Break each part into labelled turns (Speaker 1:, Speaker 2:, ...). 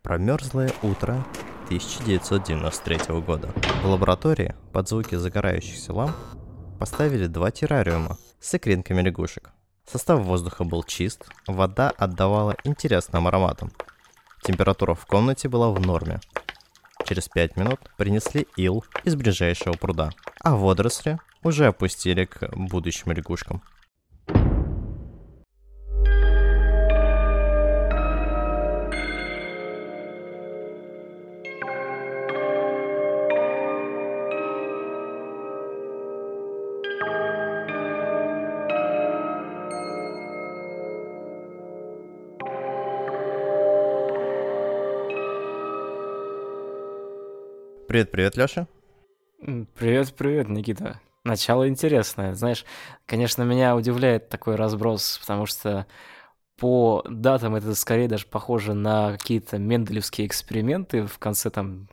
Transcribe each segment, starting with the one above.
Speaker 1: Промерзлое утро 1993 года. В лаборатории под звуки загорающихся ламп поставили 2 террариума с икринками лягушек. Состав воздуха был чист, вода отдавала интересным ароматом. Температура в комнате была в норме. Через 5 минут принесли ил из ближайшего пруда, а водоросли уже опустили к будущим лягушкам. Привет, Лёша.
Speaker 2: Привет, Никита. Начало интересное. Знаешь, конечно, меня удивляет такой разброс, потому что по датам это скорее даже похоже на какие-то менделевские эксперименты в конце там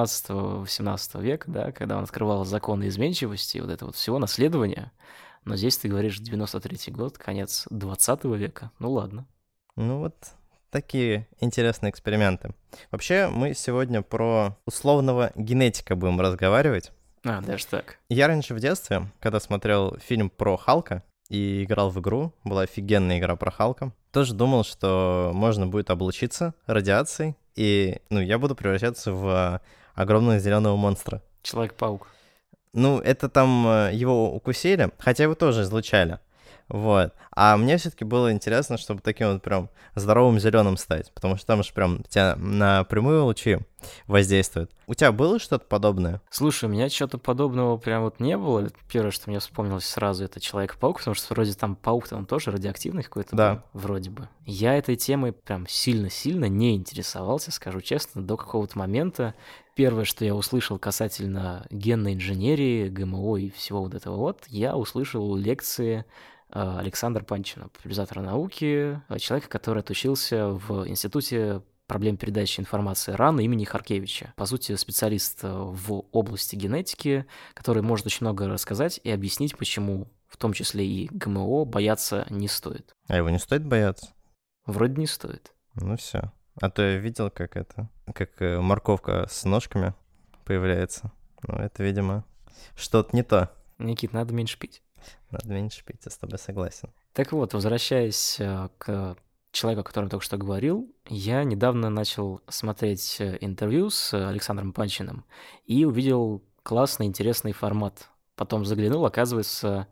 Speaker 2: 19-18 века, да, когда он открывал законы изменчивости, вот это вот всего наследования. Но здесь ты говоришь 93-й год, конец 20 века. Ну ладно.
Speaker 1: Ну вот такие интересные эксперименты. Вообще, мы сегодня про условного генетика будем разговаривать.
Speaker 2: Даже так.
Speaker 1: Я раньше в детстве, когда смотрел фильм про Халка и играл в игру, была офигенная игра про Халка, тоже думал, что можно будет облучиться радиацией, и я буду превращаться в огромного зеленого монстра.
Speaker 2: Человек-паук.
Speaker 1: Это там его укусили, хотя его тоже излучали. Вот. А мне все-таки было интересно, чтобы таким вот прям здоровым зеленым стать, потому что там же прям тебя напрямую лучи воздействуют. У тебя было что-то подобное?
Speaker 2: Слушай, у меня что-то подобного прям вот не было. Первое, что мне вспомнилось сразу, это Человек-паук, потому что вроде там паук-то он тоже радиоактивный какой-то
Speaker 1: Да.
Speaker 2: был, вроде бы. Я этой темой прям сильно-сильно не интересовался, скажу честно, до какого-то момента. Первое, что я услышал касательно генной инженерии, ГМО и всего вот этого вот, я услышал лекции Александра Панчина, популяризатора науки, человека, который отучился в Институте проблем передачи информации РАН имени Харкевича. По сути, специалист в области генетики, который может очень много рассказать и объяснить, почему, в том числе и ГМО, бояться не стоит.
Speaker 1: А его не стоит бояться?
Speaker 2: Вроде не стоит.
Speaker 1: Ну все. А то я видел, как морковка с ножками появляется. Это, видимо, что-то не то.
Speaker 2: Никит, надо меньше пить.
Speaker 1: Надо меньше пить, я с тобой согласен.
Speaker 2: Так вот, возвращаясь к человеку, о котором я только что говорил, я недавно начал смотреть интервью с Александром Панчиным и увидел классный, интересный формат. Потом заглянул, оказывается,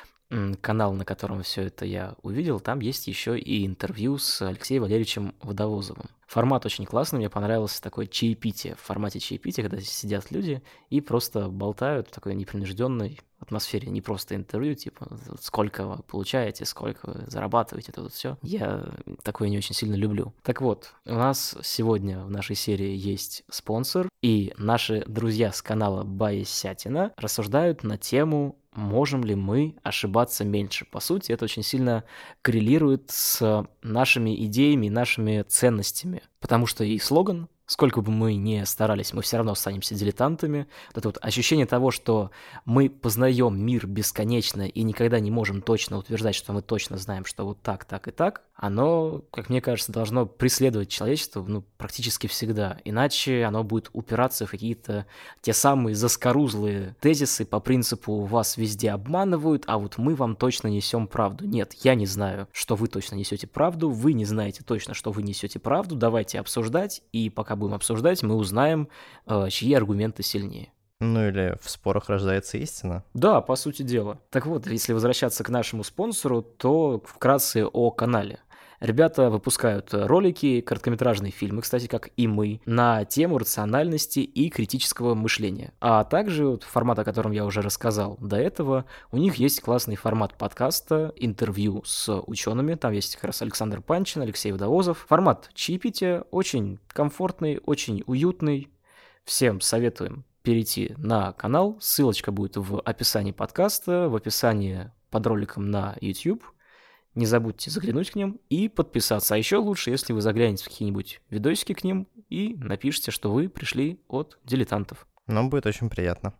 Speaker 2: канал, на котором все это я увидел, там есть еще и интервью с Алексеем Валерьевичем Водовозовым. Формат очень классный, мне понравился такое чаепитие, в формате чаепития, когда сидят люди и просто болтают в такой непринужденной атмосфере, не просто интервью, типа, сколько вы получаете, сколько вы зарабатываете, это вот все. Я такое не очень сильно люблю. Так вот, у нас сегодня в нашей серии есть спонсор, и наши друзья с канала Баясятина рассуждают на тему, можем ли мы ошибаться меньше. По сути, это очень сильно коррелирует с нашими идеями и нашими ценностями. Потому что и слоган «Сколько бы мы ни старались, мы все равно останемся дилетантами». Вот это вот ощущение того, что мы познаем мир бесконечно и никогда не можем точно утверждать, что мы точно знаем, что вот так, так и так, оно, как мне кажется, должно преследовать человечество практически всегда. Иначе оно будет упираться в какие-то те самые заскорузлые тезисы по принципу «вас везде обманывают, а вот мы вам точно несем правду». Нет, я не знаю, что вы точно несете правду, вы не знаете точно, что вы несете правду, давайте обсуждать, и пока будем обсуждать, мы узнаем, чьи аргументы сильнее.
Speaker 1: Или в спорах рождается истина.
Speaker 2: Да, по сути дела. Так вот, если возвращаться к нашему спонсору, то вкратце о канале. Ребята выпускают ролики, короткометражные фильмы, кстати, как и мы, на тему рациональности и критического мышления. А также формат, о котором я уже рассказал до этого, у них есть классный формат подкаста, интервью с учеными. Там есть как раз Александр Панчин, Алексей Водовозов. Формат чаепития очень комфортный, очень уютный. Всем советуем перейти на канал. Ссылочка будет в описании подкаста, в описании под роликом на YouTube. Не забудьте заглянуть к ним и подписаться. А еще лучше, если вы заглянете в какие-нибудь видосики к ним и напишите, что вы пришли от дилетантов.
Speaker 1: Нам будет очень приятно.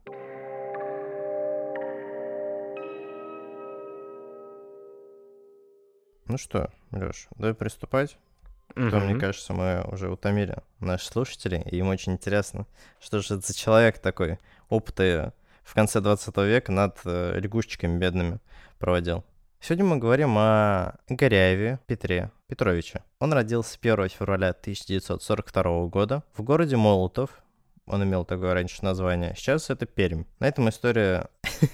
Speaker 1: Ну что, Лёш, давай приступать. То, мне
Speaker 2: Мгм.
Speaker 1: кажется, мы уже утомили наших слушателей, и им очень интересно, что же это за человек такой, опыты в конце 20 века над лягушечками бедными проводил. Сегодня мы говорим о Горяеве Петре Петровиче. Он родился 1 февраля 1942 года в городе Молотов. Он имел такое раньше название. Сейчас это Пермь. На этом история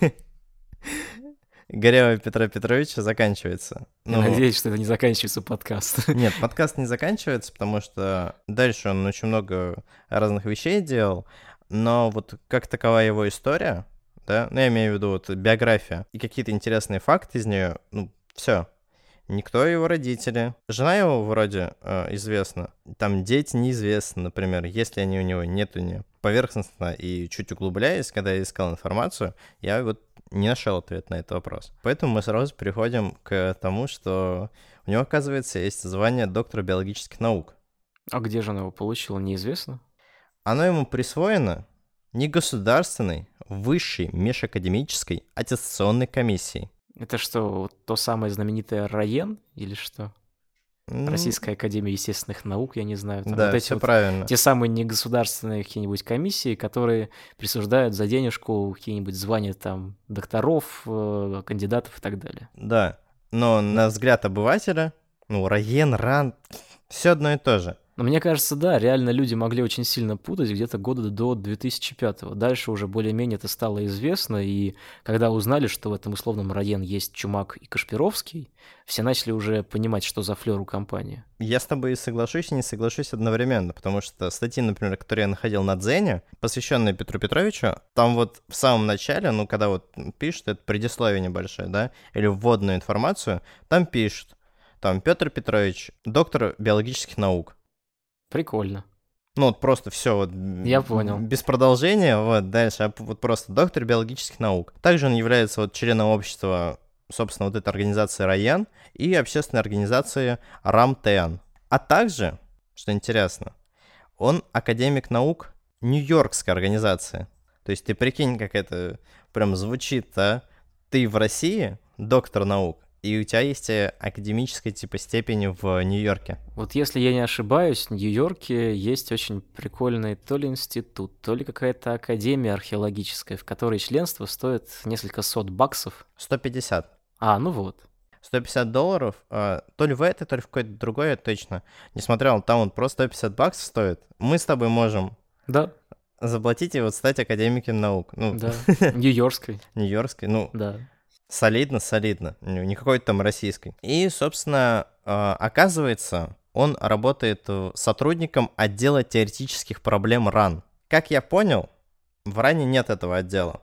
Speaker 1: Горяева Петра Петровича заканчивается.
Speaker 2: Я надеюсь, что это не заканчивается подкаст.
Speaker 1: Нет, подкаст не заканчивается, потому что дальше он очень много разных вещей делал, но вот как такова его история, да, ну, я имею в виду вот биография и какие-то интересные факты из нее, ну, все. Никто его родители. Жена его вроде известна. Там дети неизвестны, например, если они у него, нет у нее. Поверхностно и чуть углубляясь, когда я искал информацию, я вот не нашел ответ на этот вопрос. Поэтому мы сразу переходим к тому, что у него, оказывается, есть звание доктора биологических наук.
Speaker 2: А где же она его получила, неизвестно?
Speaker 1: Оно ему присвоено негосударственной высшей межакадемической аттестационной комиссией.
Speaker 2: Это что, вот то самое знаменитое РАЕН или что? Российская академия естественных наук, я не знаю. Там
Speaker 1: Да,
Speaker 2: вот эти
Speaker 1: все
Speaker 2: вот
Speaker 1: правильно.
Speaker 2: те самые негосударственные какие-нибудь комиссии, которые присуждают за денежку какие-нибудь звания там докторов, кандидатов и так далее.
Speaker 1: Да, но на взгляд обывателя, ну, РАЕН, РАН, все одно и то же.
Speaker 2: Но мне кажется, да, реально люди могли очень сильно путать где-то года до 2005-го. Дальше уже более-менее это стало известно, и когда узнали, что в этом условном РАЕН есть Чумак и Кашпировский, все начали уже понимать, что за флёр у компании.
Speaker 1: Я с тобой соглашусь и не соглашусь одновременно, потому что статьи, например, которые я находил на Дзене, посвященные Петру Петровичу, там вот в самом начале, ну, когда вот пишут, это предисловие небольшое, да, или вводную информацию, там пишут, там, Петр Петрович, доктор биологических наук.
Speaker 2: Прикольно.
Speaker 1: Ну, вот просто все вот
Speaker 2: Я понял.
Speaker 1: без продолжения, вот дальше, а вот просто доктор биологических наук. Также он является вот членом общества, собственно, вот этой организации РАЯН и общественной организации РАМТЭАН. А также, что интересно, он академик наук Нью-Йоркской организации. То есть ты прикинь, как это прям звучит, а? Ты в России доктор наук, и у тебя есть академическая типа степень в Нью-Йорке.
Speaker 2: Вот если я не ошибаюсь, в Нью-Йорке есть очень прикольный то ли институт, то ли какая-то академия археологическая, в которой членство стоит несколько сот баксов.
Speaker 1: 150.
Speaker 2: Ну вот.
Speaker 1: $150, то ли в это, то ли в какое-то другое, точно не смотрел, там он просто $150 стоит. Мы с тобой можем
Speaker 2: Да,
Speaker 1: заплатить и вот стать академиком наук. Ну,
Speaker 2: да. Нью-Йоркской,
Speaker 1: нью-йоркской, ну,
Speaker 2: да.
Speaker 1: солидно, не какой-то там российской. И, собственно, оказывается, он работает сотрудником отдела теоретических проблем РАН. Как я понял, в РАНе нет этого отдела.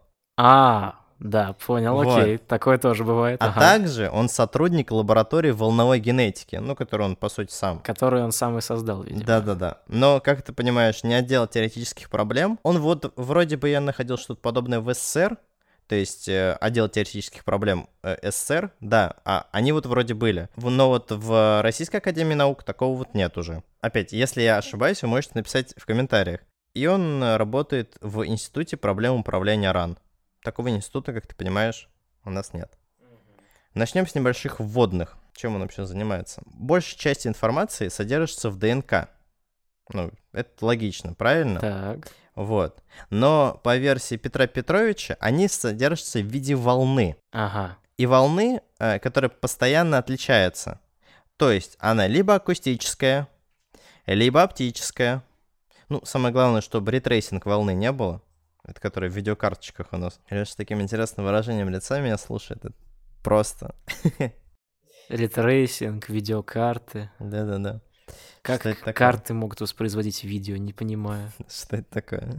Speaker 2: Да, понял,
Speaker 1: Вот.
Speaker 2: окей, такое тоже бывает.
Speaker 1: А также он сотрудник лаборатории волновой генетики, ну, которую он, по сути, сам.
Speaker 2: Который он сам и создал, видимо.
Speaker 1: Да-да-да. Но, как ты понимаешь, не отдел теоретических проблем. Он вот, вроде бы я находил что-то подобное в СССР, то есть отдел теоретических проблем СССР, да, они вот вроде были. Но вот в Российской академии наук такого вот нет уже. Опять, если я ошибаюсь, вы можете написать в комментариях. И он работает в Институте проблем управления РАН. Такого института, как ты понимаешь, у нас нет. Начнем с небольших вводных. Чем он вообще занимается? Большая часть информации содержится в ДНК. Ну, это логично, правильно?
Speaker 2: Так.
Speaker 1: Вот. Но по версии Петра Петровича они содержатся в виде волны.
Speaker 2: Ага.
Speaker 1: И волны, которая постоянно отличается. То есть она либо акустическая, либо оптическая. Ну, самое главное, чтобы ретрейсинг волны не было. Это который в видеокарточках у нас. Леша с таким интересным выражением лица меня слушает. Это просто.
Speaker 2: Ретрейсинг, видеокарты.
Speaker 1: Да-да-да.
Speaker 2: Как
Speaker 1: Что это такое?
Speaker 2: карты могут воспроизводить видео, не понимаю.
Speaker 1: Что это такое?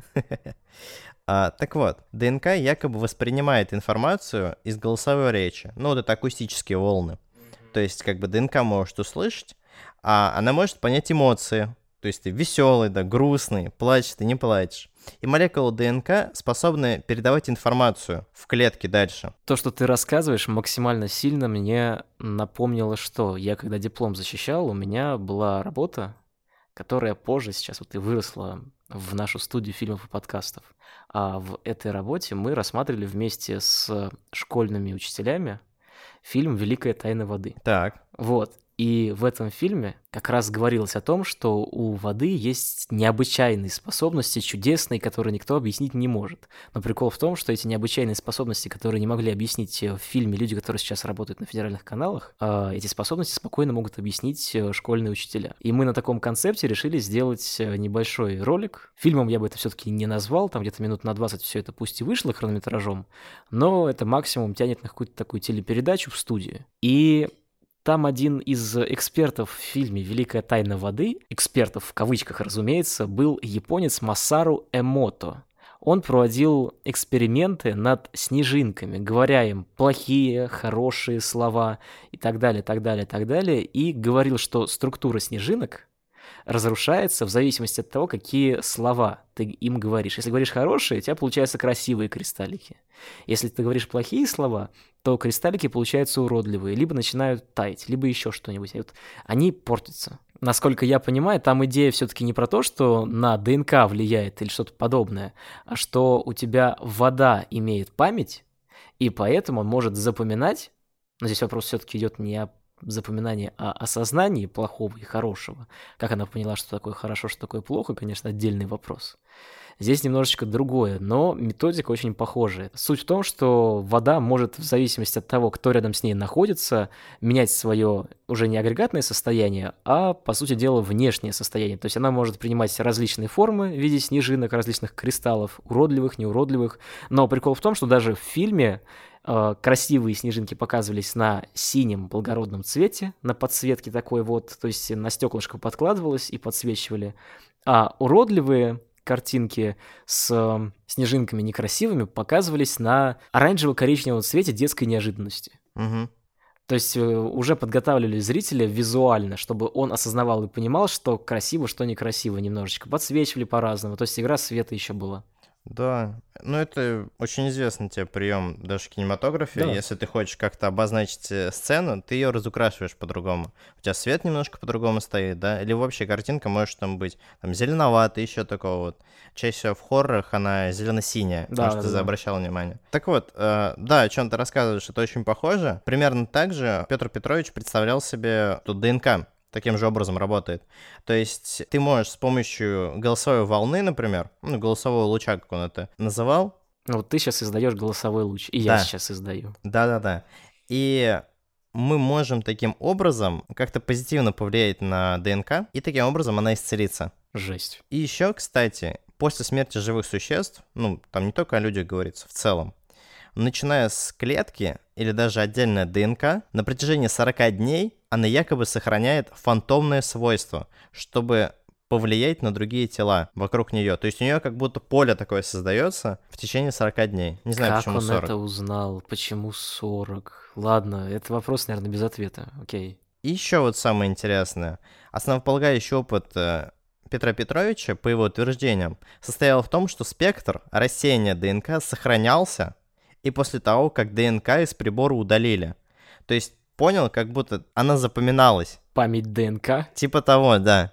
Speaker 1: Так вот, ДНК якобы воспринимает информацию из голосовой речи. Ну, вот это акустические волны. То есть, как бы ДНК может услышать, а она может понять эмоции. То есть ты веселый, да, грустный, плачешь, ты не плачешь. И молекулы ДНК способны передавать информацию в клетке дальше.
Speaker 2: То, что ты рассказываешь, максимально сильно мне напомнило, что я когда диплом защищал, у меня была работа, которая позже сейчас вот и выросла в нашу студию фильмов и подкастов. А в этой работе мы рассматривали вместе с школьными учителями фильм «Великая тайна воды».
Speaker 1: Так.
Speaker 2: Вот. И в этом фильме как раз говорилось о том, что у воды есть необычайные способности, чудесные, которые никто объяснить не может. Но прикол в том, что эти необычайные способности, которые не могли объяснить в фильме люди, которые сейчас работают на федеральных каналах, эти способности спокойно могут объяснить школьные учителя. И мы на таком концепте решили сделать небольшой ролик. Фильмом я бы это все-таки не назвал, там где-то минут на 20 все это пусть и вышло хронометражом, но это максимум тянет на какую-то такую телепередачу в студию. И там один из экспертов в фильме «Великая тайна воды», экспертов в кавычках, разумеется, был японец Масару Эмото. Он проводил эксперименты над снежинками, говоря им плохие, хорошие слова и так далее, так далее, так далее, и говорил, что структура снежинок разрушается в зависимости от того, какие слова ты им говоришь. Если говоришь хорошие, у тебя получаются красивые кристаллики. Если ты говоришь плохие слова, то кристаллики получаются уродливые, либо начинают таять, либо еще что-нибудь. И вот они портятся. Насколько я понимаю, там идея все-таки не про то, что на ДНК влияет или что-то подобное, а что у тебя вода имеет память, и поэтому он может запоминать, но здесь вопрос все-таки идет не о запоминании, а осознании плохого и хорошего. Как она поняла, что такое хорошо, что такое плохо, конечно, отдельный вопрос. Здесь немножечко другое, но методика очень похожая. Суть в том, что вода может в зависимости от того, кто рядом с ней находится, менять свое уже не агрегатное состояние, а, по сути дела, внешнее состояние. То есть она может принимать различные формы в виде снежинок, различных кристаллов, уродливых, неуродливых. Но прикол в том, что даже в фильме красивые снежинки показывались на синем благородном цвете, на подсветке такой вот, то есть на стеклышко подкладывалось и подсвечивали, а уродливые картинки с снежинками некрасивыми показывались на оранжево-коричневом цвете детской неожиданности.
Speaker 1: Угу.
Speaker 2: То есть уже подготавливали зрителя визуально, чтобы он осознавал и понимал, что красиво, что некрасиво немножечко. Подсвечивали по-разному, то есть игра света еще была.
Speaker 1: Да, ну это очень известный тебе прием даже в кинематографе.
Speaker 2: Да.
Speaker 1: Если ты хочешь как-то обозначить сцену, ты ее разукрашиваешь по-другому. У тебя свет немножко по-другому стоит, да? Или вообще картинка может там быть там зеленоватая, еще такого вот. Чаще всего в хоррорах она зелено-синяя,
Speaker 2: Да,
Speaker 1: может, ты обращал внимание. Так вот, да, о чем ты рассказываешь, это очень похоже. Примерно так же Петр Петрович представлял себе тут ДНК. Таким же образом работает. То есть ты можешь с помощью голосовой волны, например, ну, голосового луча, как он это называл.
Speaker 2: Ну вот ты сейчас издаешь голосовой луч, и я сейчас издаю.
Speaker 1: Да-да-да. И мы можем таким образом как-то позитивно повлиять на ДНК, и таким образом она исцелится.
Speaker 2: Жесть.
Speaker 1: И еще, кстати, после смерти живых существ, ну, там не только о людях говорится, в целом, начиная с клетки или даже отдельная ДНК, на протяжении 40 дней она якобы сохраняет фантомное свойство, чтобы повлиять на другие тела вокруг нее. То есть у нее как будто поле такое создается в течение 40 дней. Не знаю, почему 40.
Speaker 2: Как он это узнал? Почему 40? Ладно, это вопрос, наверное, без ответа. Окей.
Speaker 1: И еще вот самое интересное. Основополагающий опыт Петра Петровича, по его утверждениям, состоял в том, что спектр рассеяния ДНК сохранялся и после того, как ДНК из прибора удалили. То есть понял, как будто она запоминалась.
Speaker 2: Память ДНК?
Speaker 1: Типа того, да.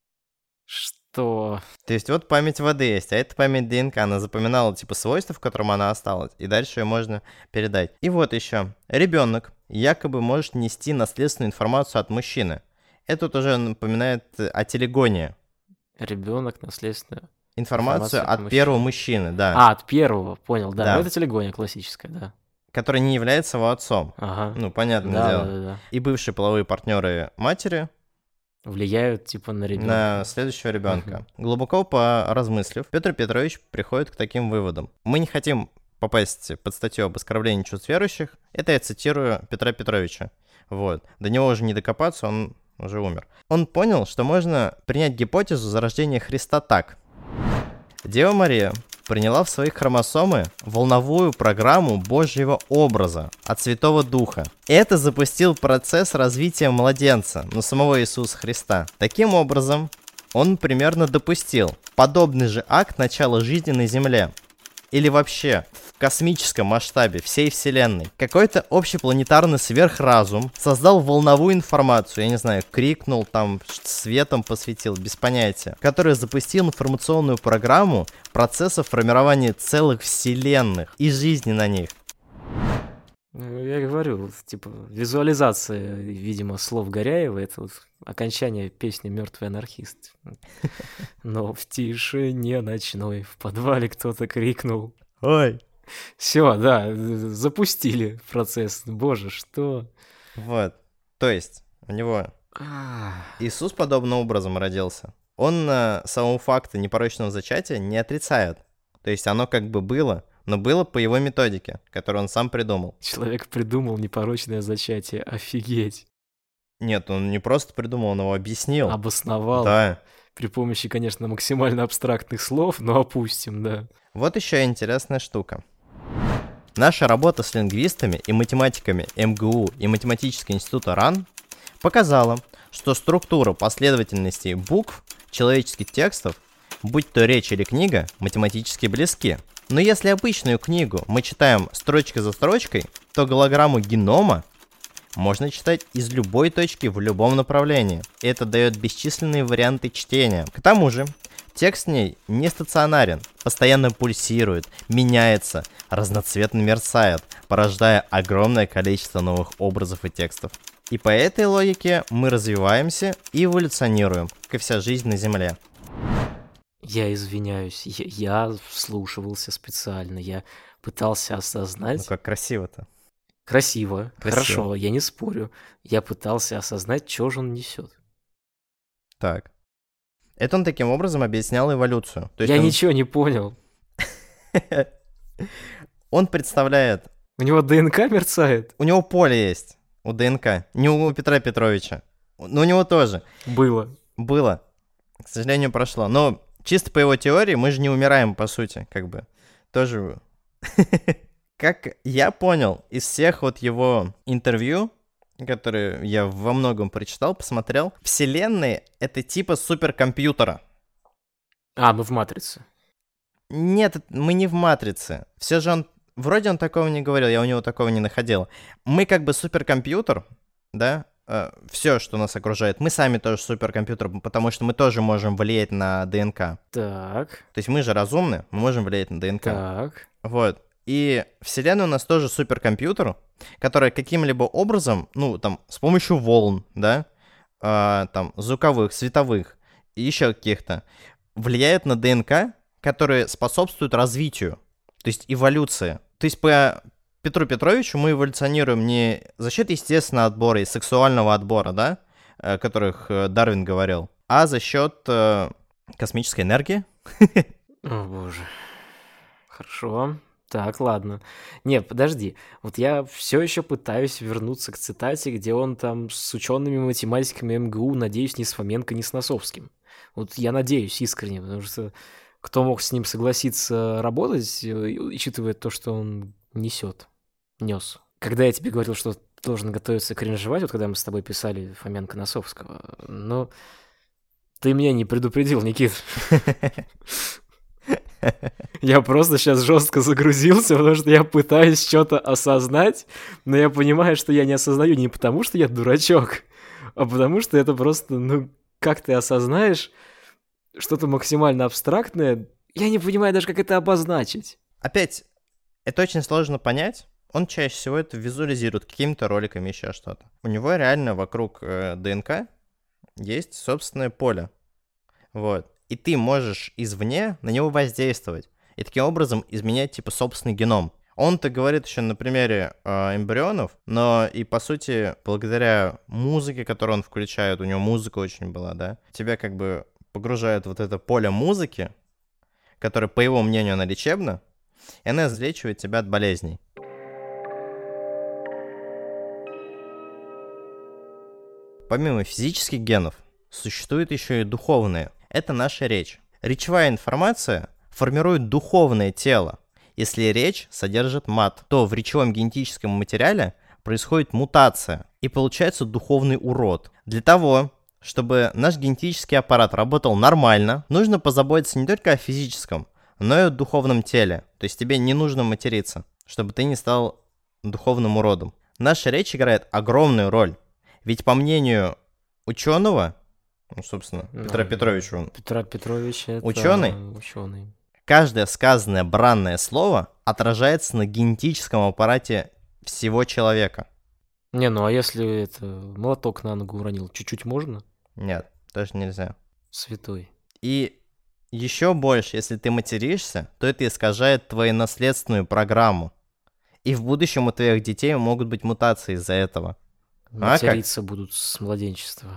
Speaker 2: Что?
Speaker 1: То есть вот память воды есть, а это память ДНК. Она запоминала типа свойства, в котором она осталась, и дальше ее можно передать. И вот еще. Ребенок якобы может нести наследственную информацию от мужчины. Это вот уже напоминает о телегонии.
Speaker 2: Ребенок наследственную
Speaker 1: Информацию от первого мужчины, да.
Speaker 2: А, от первого, понял, да.
Speaker 1: Да.
Speaker 2: Ну, это телегония классическая, да.
Speaker 1: Который не является его отцом.
Speaker 2: Ага.
Speaker 1: Ну, понятное
Speaker 2: Да,
Speaker 1: дело.
Speaker 2: да.
Speaker 1: И бывшие половые партнеры матери
Speaker 2: Влияют, типа, на ребенка.
Speaker 1: на следующего ребенка. Глубоко поразмыслив, Петр Петрович приходит к таким выводам. Мы не хотим попасть под статью об оскорблении чувств верующих. Это я цитирую Петра Петровича. Вот. До него уже не докопаться, он уже умер. Он понял, что можно принять гипотезу зарождения Христа так. Дева Мария приняла в своих хромосомы волновую программу Божьего образа от Святого Духа. Это запустил процесс развития младенца, но самого Иисуса Христа. Таким образом, он примерно допустил подобный же акт начала жизни на Земле. Или вообще в космическом масштабе всей Вселенной. Какой-то общепланетарный сверхразум создал волновую информацию, я не знаю, крикнул, там, светом посветил, без понятия, который запустил информационную программу процесса формирования целых вселенных и жизни на них.
Speaker 2: Ну, я говорю, вот, типа, визуализация, видимо, слов Горяева, это вот окончание песни «Мертвый анархист». Но в тишине ночной в подвале кто-то крикнул.
Speaker 1: Ой.
Speaker 2: Все, да, запустили процесс. Боже, что?
Speaker 1: Вот. То есть, у него
Speaker 2: Ах,
Speaker 1: Иисус подобным образом родился. Он самого факта непорочного зачатия не отрицает. То есть оно как бы было, но было по его методике, которую он сам придумал.
Speaker 2: человек придумал непорочное зачатие. Офигеть.
Speaker 1: Нет, он не просто придумал, он его объяснил.
Speaker 2: Обосновал.
Speaker 1: Да.
Speaker 2: При помощи, конечно, максимально абстрактных слов, но опустим, да.
Speaker 1: Вот еще интересная штука. Наша работа с лингвистами и математиками МГУ и Математического института РАН показала, что структура последовательностей букв человеческих текстов, будь то речь или книга, математически близки. Но если обычную книгу мы читаем строчка за строчкой, то голограмму генома можно читать из любой точки в любом направлении. И это дает бесчисленные варианты чтения. К тому же, текст в ней не стационарен, постоянно пульсирует, меняется, разноцветно мерцает, порождая огромное количество новых образов и текстов. И по этой логике мы развиваемся и эволюционируем, как и вся жизнь на Земле.
Speaker 2: Я извиняюсь, я вслушивался специально, я пытался
Speaker 1: Ну
Speaker 2: осознать.
Speaker 1: как красиво-то.
Speaker 2: Красиво,
Speaker 1: Красиво.
Speaker 2: хорошо, я не спорю. Я пытался осознать, что же он несет.
Speaker 1: Так. Это он таким образом объяснял эволюцию. То есть
Speaker 2: Я
Speaker 1: он...
Speaker 2: ничего не понял.
Speaker 1: Он представляет...
Speaker 2: У него ДНК мерцает?
Speaker 1: У него поле есть, у ДНК. Не у Петра Петровича. Но у него тоже.
Speaker 2: Было.
Speaker 1: Было. К сожалению, прошло. Но чисто по его теории мы же не умираем, по сути, как бы. Тоже... Как я понял из всех вот его интервью, которые я во многом прочитал, посмотрел, вселенные — это типа суперкомпьютера.
Speaker 2: А, мы в «Матрице».
Speaker 1: Нет, мы не в «Матрице». Все же он... Вроде он такого не говорил, я у него такого не находил. Мы как бы суперкомпьютер, да? Все, что нас окружает. Мы сами тоже суперкомпьютер, потому что мы тоже можем влиять на ДНК.
Speaker 2: Так,
Speaker 1: То есть мы же разумны, мы можем влиять на ДНК.
Speaker 2: так.
Speaker 1: Вот. И Вселенная у нас тоже суперкомпьютер, который каким-либо образом, ну, там, с помощью волн, да, там, звуковых, световых и еще каких-то, влияет на ДНК, которые способствуют развитию, то есть эволюции. То есть по Петру Петровичу мы эволюционируем не за счет естественного отбора и сексуального отбора, да, о которых Дарвин говорил, а за счет космической энергии.
Speaker 2: О, боже. Хорошо. Так, ладно. Не, подожди. Вот я все еще пытаюсь вернуться к цитате, где он там с учеными-математиками МГУ, надеюсь, ни с Фоменко, ни с Носовским. Вот я надеюсь искренне, потому что кто мог с ним согласиться работать, учитывая то, что он нес. Когда я тебе говорил, что ты должен готовиться кринжевать, вот когда мы с тобой писали Фоменко-Носовского, но ты меня не предупредил, Никит. Я просто сейчас жестко загрузился, потому что я пытаюсь что-то осознать, но я понимаю, что я не осознаю не потому, что я дурачок, а потому что это просто, ну, как ты осознаешь что-то максимально абстрактное, я не понимаю даже, как это обозначить.
Speaker 1: Опять, это очень сложно понять. Он чаще всего это визуализирует какими-то роликами, еще что-то. У него реально вокруг ДНК есть собственное поле. Вот. И ты можешь извне на него воздействовать. И таким образом изменять, типа, собственный геном. Он-то говорит еще на примере эмбрионов, но и, по сути, благодаря музыке, которую он включает, у него музыка очень была, да, тебя как бы погружает в вот это поле музыки, которое, по его мнению, она лечебна, и она излечивает тебя от болезней. Помимо физических генов, существуют еще и духовные. Это наша речь. Речевая информация формирует духовное тело. Если речь содержит мат, то в речевом генетическом материале происходит мутация, и получается духовный урод. Для того, чтобы наш генетический аппарат работал нормально, нужно позаботиться не только о физическом, но и о духовном теле. То есть тебе не нужно материться, чтобы ты не стал духовным уродом. Наша речь играет огромную роль. Ведь по мнению ученого, ну, собственно, Петра Петровича,
Speaker 2: Петра Петровича это
Speaker 1: ученый. Каждое сказанное бранное слово отражается на генетическом аппарате всего человека.
Speaker 2: Не, ну а если это молоток на ногу уронил, чуть-чуть можно?
Speaker 1: Нет, тоже нельзя.
Speaker 2: Святой.
Speaker 1: И еще больше, если ты материшься, то это искажает твою наследственную программу. И в будущем у твоих детей могут быть мутации из-за этого.
Speaker 2: Материться будут с младенчества.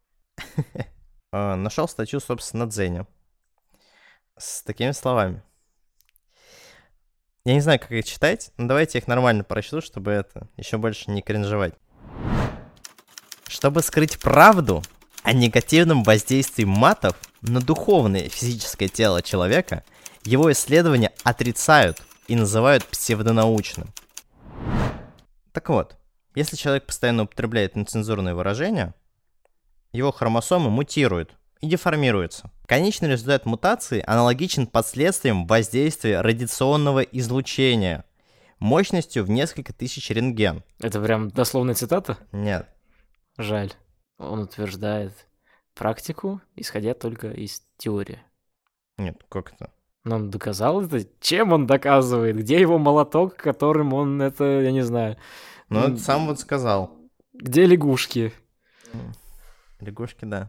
Speaker 1: Нашел статью, собственно, на Дзене. С такими словами. Я не знаю, как их читать, но давайте их нормально прочту, чтобы это еще больше не кринжевать. Чтобы скрыть правду о негативном воздействии матов на духовное и физическое тело человека, его исследования отрицают и называют псевдонаучным. Так вот, если человек постоянно употребляет нецензурные выражения, его хромосомы мутируют и деформируются. Конечный результат мутации аналогичен последствиям воздействия радиационного излучения мощностью в несколько тысяч рентген.
Speaker 2: Это прям дословная цитата?
Speaker 1: Нет.
Speaker 2: Жаль. Он утверждает практику, исходя только из теории.
Speaker 1: Нет, как это?
Speaker 2: Но он доказал это? Чем он доказывает? Где его молоток, которым он это, я не знаю...
Speaker 1: Ну, это сам вот сказал.
Speaker 2: Где лягушки?
Speaker 1: Лягушки, да.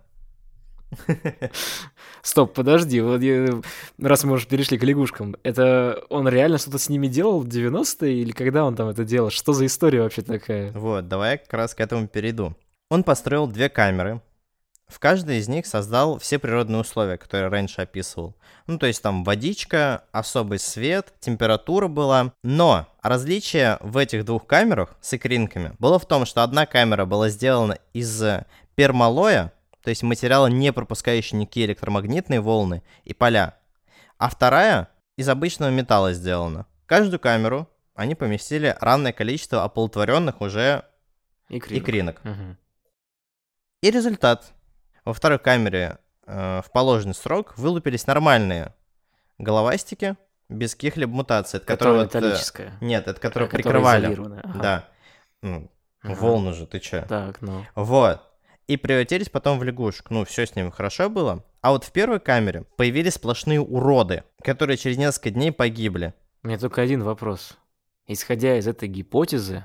Speaker 2: Стоп, подожди, вот раз мы уже перешли к лягушкам, это он реально что-то с ними делал в 90-е или когда он там это делал? Что за история вообще такая?
Speaker 1: Вот, давай я как раз к этому перейду. Он построил 2 камеры. В каждой из них создал все природные условия, которые раньше описывал. Ну, то есть там водичка, особый свет, температура была. Но различие в этих 2 камерах с икринками было в том, что одна камера была сделана из пермалоя, то есть материала, не пропускающий никакие электромагнитные волны и поля, а вторая из обычного металла сделана. В каждую камеру они поместили равное количество оплодотворенных уже икринок.
Speaker 2: Угу.
Speaker 1: И результат. Во второй камере в положенный срок вылупились нормальные головастики без каких-либо мутаций.
Speaker 2: Которая металлическая.
Speaker 1: Нет, это которые прикрывали.
Speaker 2: Ага.
Speaker 1: Да. Волны же, ты чё?
Speaker 2: Так, ну.
Speaker 1: Вот. И превратились потом в лягушек. Ну, все с ними хорошо было. А вот в первой камере появились сплошные уроды, которые через несколько дней погибли.
Speaker 2: У меня только один вопрос. Исходя из этой гипотезы,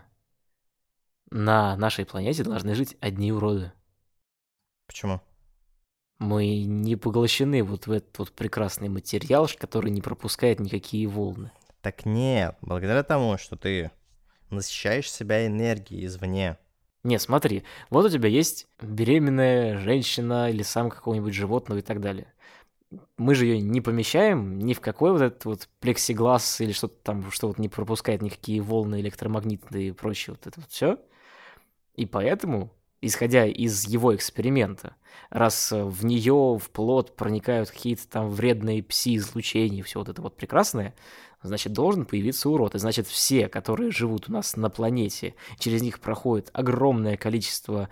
Speaker 2: на нашей планете должны жить одни уроды.
Speaker 1: Почему?
Speaker 2: Мы не поглощены вот в этот вот прекрасный материал, который не пропускает никакие волны.
Speaker 1: Так нет, благодаря тому, что ты насыщаешь себя энергией извне.
Speaker 2: Не, смотри, вот у тебя есть беременная женщина или сам какого-нибудь животного и так далее. Мы же ее не помещаем ни в какой вот этот вот плексиглаз или что-то там, что вот не пропускает никакие волны электромагнитные и прочее вот это вот все. И поэтому, исходя из его эксперимента, раз в нее, в плод проникают какие-то там вредные пси-излучения и все вот это вот прекрасное, значит, должен появиться урод. И значит, все, которые живут у нас на планете, через них проходит огромное количество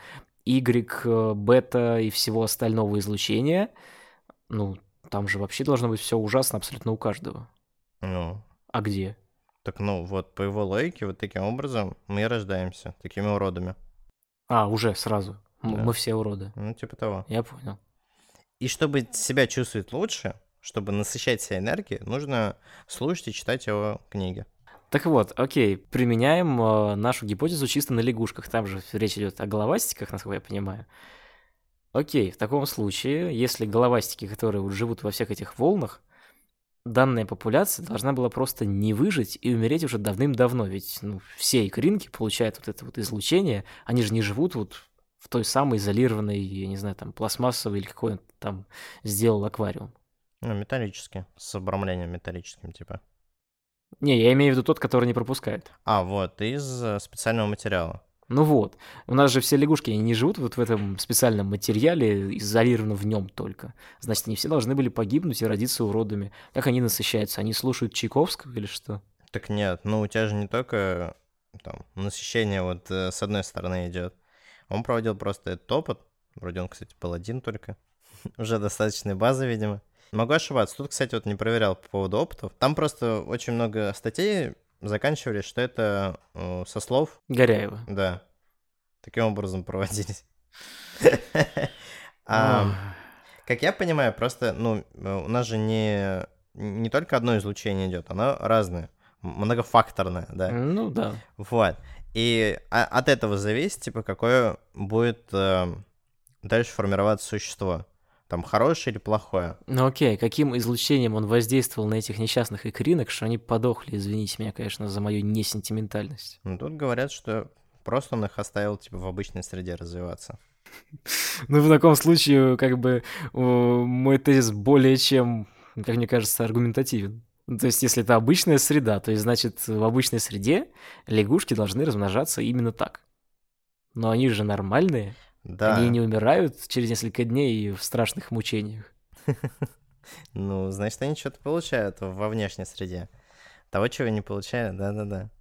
Speaker 2: Y, бета и всего остального излучения, ну, там же вообще должно быть все ужасно абсолютно у каждого.
Speaker 1: Ну.
Speaker 2: А где?
Speaker 1: Так, ну, вот по его логике, вот таким образом мы и рождаемся, такими уродами.
Speaker 2: А, уже сразу.
Speaker 1: Да.
Speaker 2: Мы все уроды.
Speaker 1: Ну, типа того.
Speaker 2: Я понял.
Speaker 1: И чтобы себя чувствовать лучше, чтобы насыщать себя энергией, нужно слушать и читать его книги.
Speaker 2: Так вот, окей, применяем нашу гипотезу чисто на лягушках. Там же речь идет о головастиках, насколько я понимаю. Окей, в таком случае, если головастики, которые вот живут во всех этих волнах, данная популяция должна была просто не выжить и умереть уже давным-давно. Ведь все икринки получают вот это вот излучение, они же не живут вот в той самой изолированной, я не знаю, там, пластмассовой или какой он там сделал аквариум.
Speaker 1: Ну, металлический, с обрамлением металлическим, типа.
Speaker 2: Не, я имею в виду тот, который не пропускает.
Speaker 1: А, вот, из специального материала.
Speaker 2: Ну вот, у нас же все лягушки, они не живут вот в этом специальном материале, изолированно в нем только. Значит, они все должны были погибнуть и родиться уродами. Как они насыщаются? Они слушают Чайковского или что?
Speaker 1: Так нет, ну у тебя же не только там насыщение вот с одной стороны идет. Он проводил просто этот опыт. Вроде он, кстати, был один только. Уже достаточной базы, видимо. Могу ошибаться. Тут, кстати, вот не проверял по поводу опытов. Там просто очень много статей заканчивались, что это со слов...
Speaker 2: Горяева.
Speaker 1: Да. Таким образом проводились. Как я понимаю, просто, у нас же не только одно излучение идет, оно разное. многофакторная, да.
Speaker 2: Ну да.
Speaker 1: Вот. И от этого зависит, типа, какое будет дальше формироваться существо. Там, хорошее или плохое.
Speaker 2: Ну окей, каким излучением он воздействовал на этих несчастных икринок, что они подохли? Извините меня, конечно, за мою несентиментальность.
Speaker 1: Ну, тут говорят, что просто он их оставил, типа, в обычной среде развиваться.
Speaker 2: Ну, в таком случае, как бы, мой тезис более чем, как мне кажется, аргументативен. Ну, то есть, если это обычная среда, то есть, значит, в обычной среде лягушки должны размножаться именно так. Но они же нормальные, они
Speaker 1: Да.
Speaker 2: не умирают через несколько дней в страшных мучениях.
Speaker 1: Ну, значит, они что-то получают во внешней среде. Того, чего не получают, да-да-да.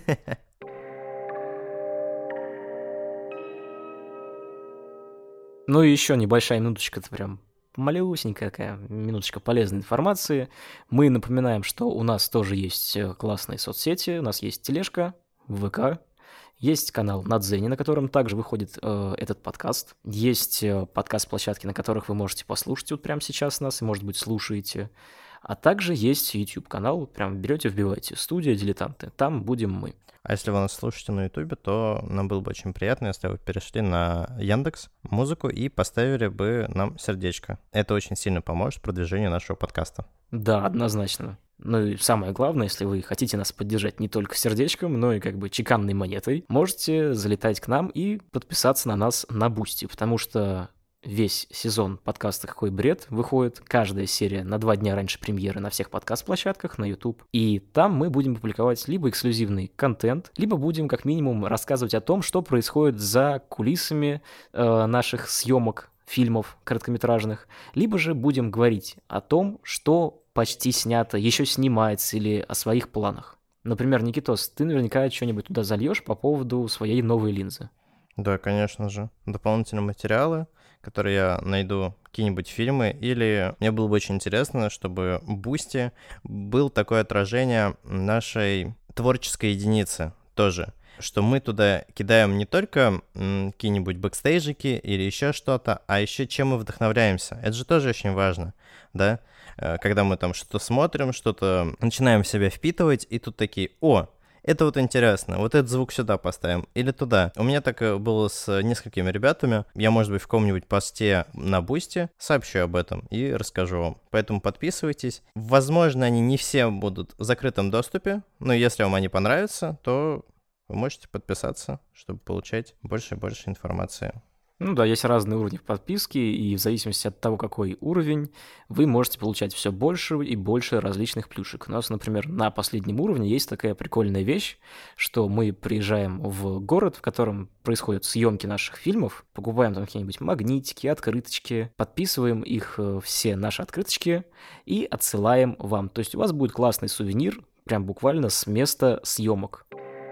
Speaker 2: Ну и еще небольшая минуточка, это прям малюсенькая такая минуточка полезной информации. Мы напоминаем, что у нас тоже есть классные соцсети, у нас есть тележка, ВК, есть канал на Дзене, на котором также выходит этот подкаст. Есть подкаст-площадки, на которых вы можете послушать вот прямо сейчас нас, и, может быть, слушаете. А также есть YouTube-канал, вот прям берете, вбиваете «Студия Дилетанты», там будем мы.
Speaker 1: А если вы нас слушаете на Ютубе, то нам было бы очень приятно, если вы перешли на Яндекс Музыку и поставили бы нам сердечко. Это очень сильно поможет продвижению нашего подкаста.
Speaker 2: Да, однозначно. Ну и самое главное, если вы хотите нас поддержать не только сердечком, но и как бы чеканной монетой, можете залетать к нам и подписаться на нас на Бусти, потому что весь сезон подкаста «Какой бред» выходит, каждая серия на 2 дня раньше премьеры на всех подкаст-площадках, на YouTube. И там мы будем публиковать либо эксклюзивный контент, либо будем как минимум рассказывать о том, что происходит за кулисами наших съемок фильмов короткометражных, либо же будем говорить о том, что почти снято, еще снимается, или о своих планах. Например, Никитос, ты наверняка что-нибудь туда зальешь по поводу своей новой линзы.
Speaker 1: Да, конечно же. Дополнительные материалы, которые я найду, какие-нибудь фильмы, или мне было бы очень интересно, чтобы в Бусти был такое отражение нашей творческой единицы тоже, что мы туда кидаем не только какие-нибудь бэкстейджики или еще что-то, а еще чем мы вдохновляемся. Это же тоже очень важно, да? Когда мы там что-то смотрим, что-то начинаем в себя впитывать, и тут такие: о, это вот интересно, вот этот звук сюда поставим или туда. У меня так было с несколькими ребятами. Я, может быть, в каком-нибудь посте на Бусти сообщу об этом и расскажу вам. Поэтому подписывайтесь. Возможно, они не все будут в закрытом доступе, но если вам они понравятся, то вы можете подписаться, чтобы получать больше и больше информации.
Speaker 2: Ну да, есть разные уровни подписки, и в зависимости от того, какой уровень, вы можете получать все больше и больше различных плюшек. У нас, например, на последнем уровне есть такая прикольная вещь, что мы приезжаем в город, в котором происходят съемки наших фильмов, покупаем там какие-нибудь магнитики, открыточки, подписываем их все наши открыточки и отсылаем вам. То есть у вас будет классный сувенир, прям буквально с места съемок.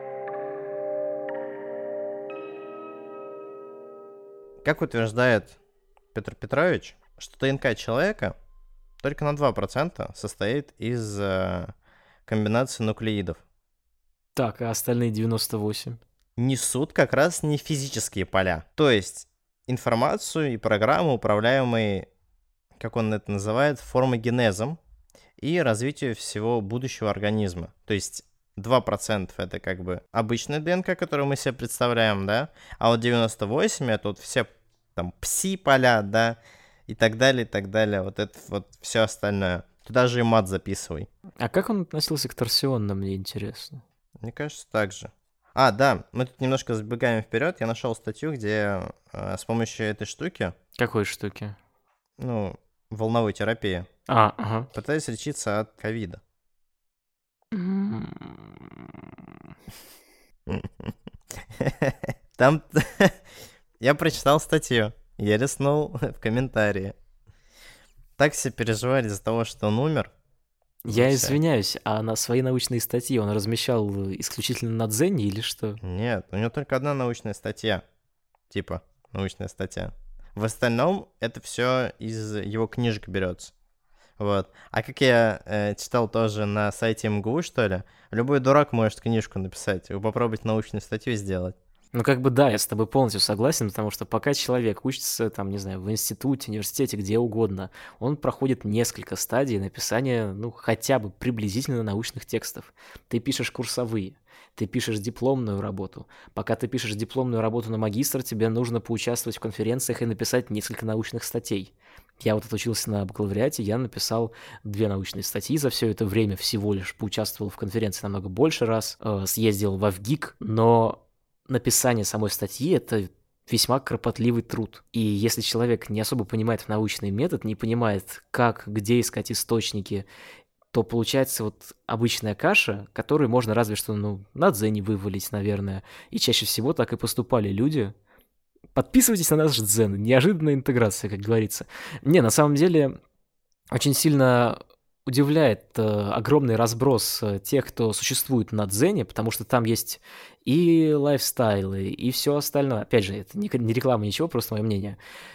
Speaker 1: Как утверждает Петр Петрович, что ДНК человека только на 2% состоит из комбинации нуклеидов.
Speaker 2: Так, а остальные 98?
Speaker 1: Несут как раз не физические поля. То есть информацию и программы, управляемые, как он это называет, формогенезом и развитию всего будущего организма. То есть 2% это как бы обычная ДНК, которую мы себе представляем, да, а вот 98 это вот все там пси-поля, да, и так далее, вот это вот все остальное. Туда же и мат записывай.
Speaker 2: А как он относился к торсионным, мне интересно?
Speaker 1: Мне кажется, так же. А, да, мы тут немножко забегаем вперед. Я нашел статью, где с помощью этой штуки,
Speaker 2: Какой штуки?
Speaker 1: ну, волновой терапии,
Speaker 2: Ага.
Speaker 1: пытались лечиться от ковида. Там я прочитал статью, я листнул в комментарии. Так все переживали из-за того, что он умер.
Speaker 2: Я
Speaker 1: Все.
Speaker 2: извиняюсь, а на свои научные статьи он размещал исключительно на Дзене или что?
Speaker 1: Нет, у него только одна научная статья. Типа, научная статья. В остальном это все из его книжек берется. Вот. А как я читал тоже на сайте МГУ, что ли, любой дурак может книжку написать. Вы попробуйте научную статью сделать.
Speaker 2: Ну, как бы да, я с тобой полностью согласен, потому что пока человек учится, там, не знаю, в институте, университете, где угодно, он проходит несколько стадий написания, ну, хотя бы приблизительно научных текстов. Ты пишешь курсовые, ты пишешь дипломную работу. Пока ты пишешь дипломную работу на магистр, тебе нужно поучаствовать в конференциях и написать несколько научных статей. Я вот отучился на бакалавриате, я написал 2 научные статьи за все это время, всего лишь поучаствовал в конференции намного больше раз, съездил в ВГИК, но написание самой статьи — это весьма кропотливый труд. И если человек не особо понимает научный метод, не понимает, как, где искать источники, то получается вот обычная каша, которую можно разве что, ну, на дзене вывалить, наверное. И чаще всего так и поступали люди. Подписывайтесь на наш дзен. Неожиданная интеграция, как говорится. Не, на самом деле, очень сильно удивляет огромный разброс тех, кто существует на Дзене, потому что там есть и лайфстайлы, и все остальное. Опять же, это не реклама, ничего, просто мое мнение.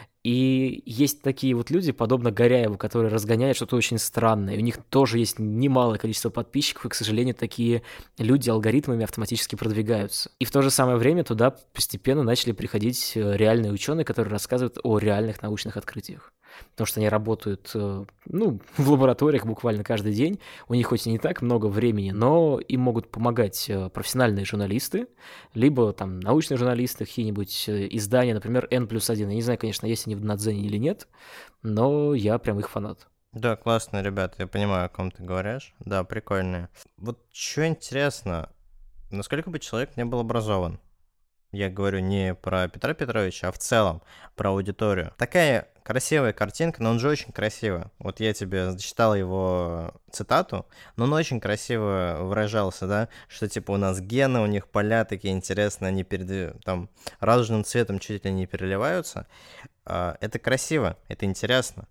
Speaker 2: И есть такие вот люди, подобно Горяеву, которые разгоняют что-то очень странное. У них тоже есть немалое количество подписчиков, и, к сожалению, такие люди алгоритмами автоматически продвигаются. И в то же самое время туда постепенно начали приходить реальные ученые, которые рассказывают о реальных научных открытиях. Потому что они работают, ну, в лабораториях буквально каждый день. У них хоть и не так много времени, но им могут помогать профессиональные журналисты, либо там научные журналисты, какие-нибудь издания, например, N+1. Я не знаю, конечно, есть они на Дзене или нет, но я прям их фанат.
Speaker 1: Да, классные ребята, я понимаю, о ком ты говоришь. Да, прикольные. Вот что интересно, насколько бы человек не был образован, я говорю не про Петра Петровича, а в целом про аудиторию. Такая красивая картинка, но он же очень красиво. Вот я тебе зачитал его цитату, но он очень красиво выражался, да, что типа у нас гены, у них поля такие интересные, они там радужным цветом чуть ли не переливаются. Это красиво, это интересно.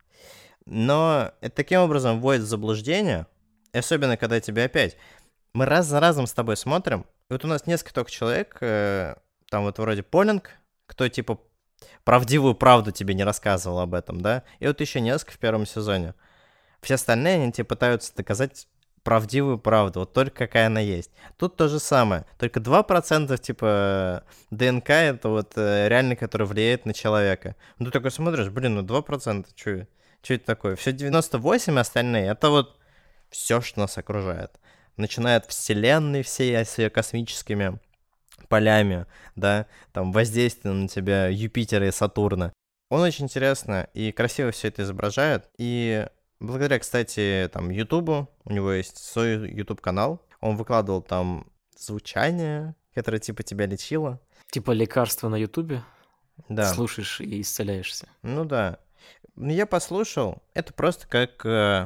Speaker 1: Но это таким образом вводит в заблуждение, особенно когда тебе опять... Мы раз за разом с тобой смотрим, и вот у нас несколько только человек, там вот вроде Полинг, кто типа правдивую правду тебе не рассказывал об этом, да, и вот еще несколько в первом сезоне. Все остальные, они тебе пытаются доказать правдивую правду, вот только какая она есть. Тут то же самое, только 2% типа ДНК это вот реально, который влияет на человека. Ну ты такой смотришь, блин, ну 2%, что это такое? Все 98 остальные, это вот все, что нас окружает. Начиная от Вселенной всей с ее космическими полями, да, там воздействие на тебя Юпитера и Сатурна. Он очень интересно и красиво все это изображает. И благодаря, кстати, там Ютубу, у него есть свой Ютуб-канал, он выкладывал там звучание, которое типа тебя лечило.
Speaker 2: Типа лекарства на Ютубе?
Speaker 1: Да.
Speaker 2: Слушаешь и исцеляешься.
Speaker 1: Ну да. Я послушал, это просто как...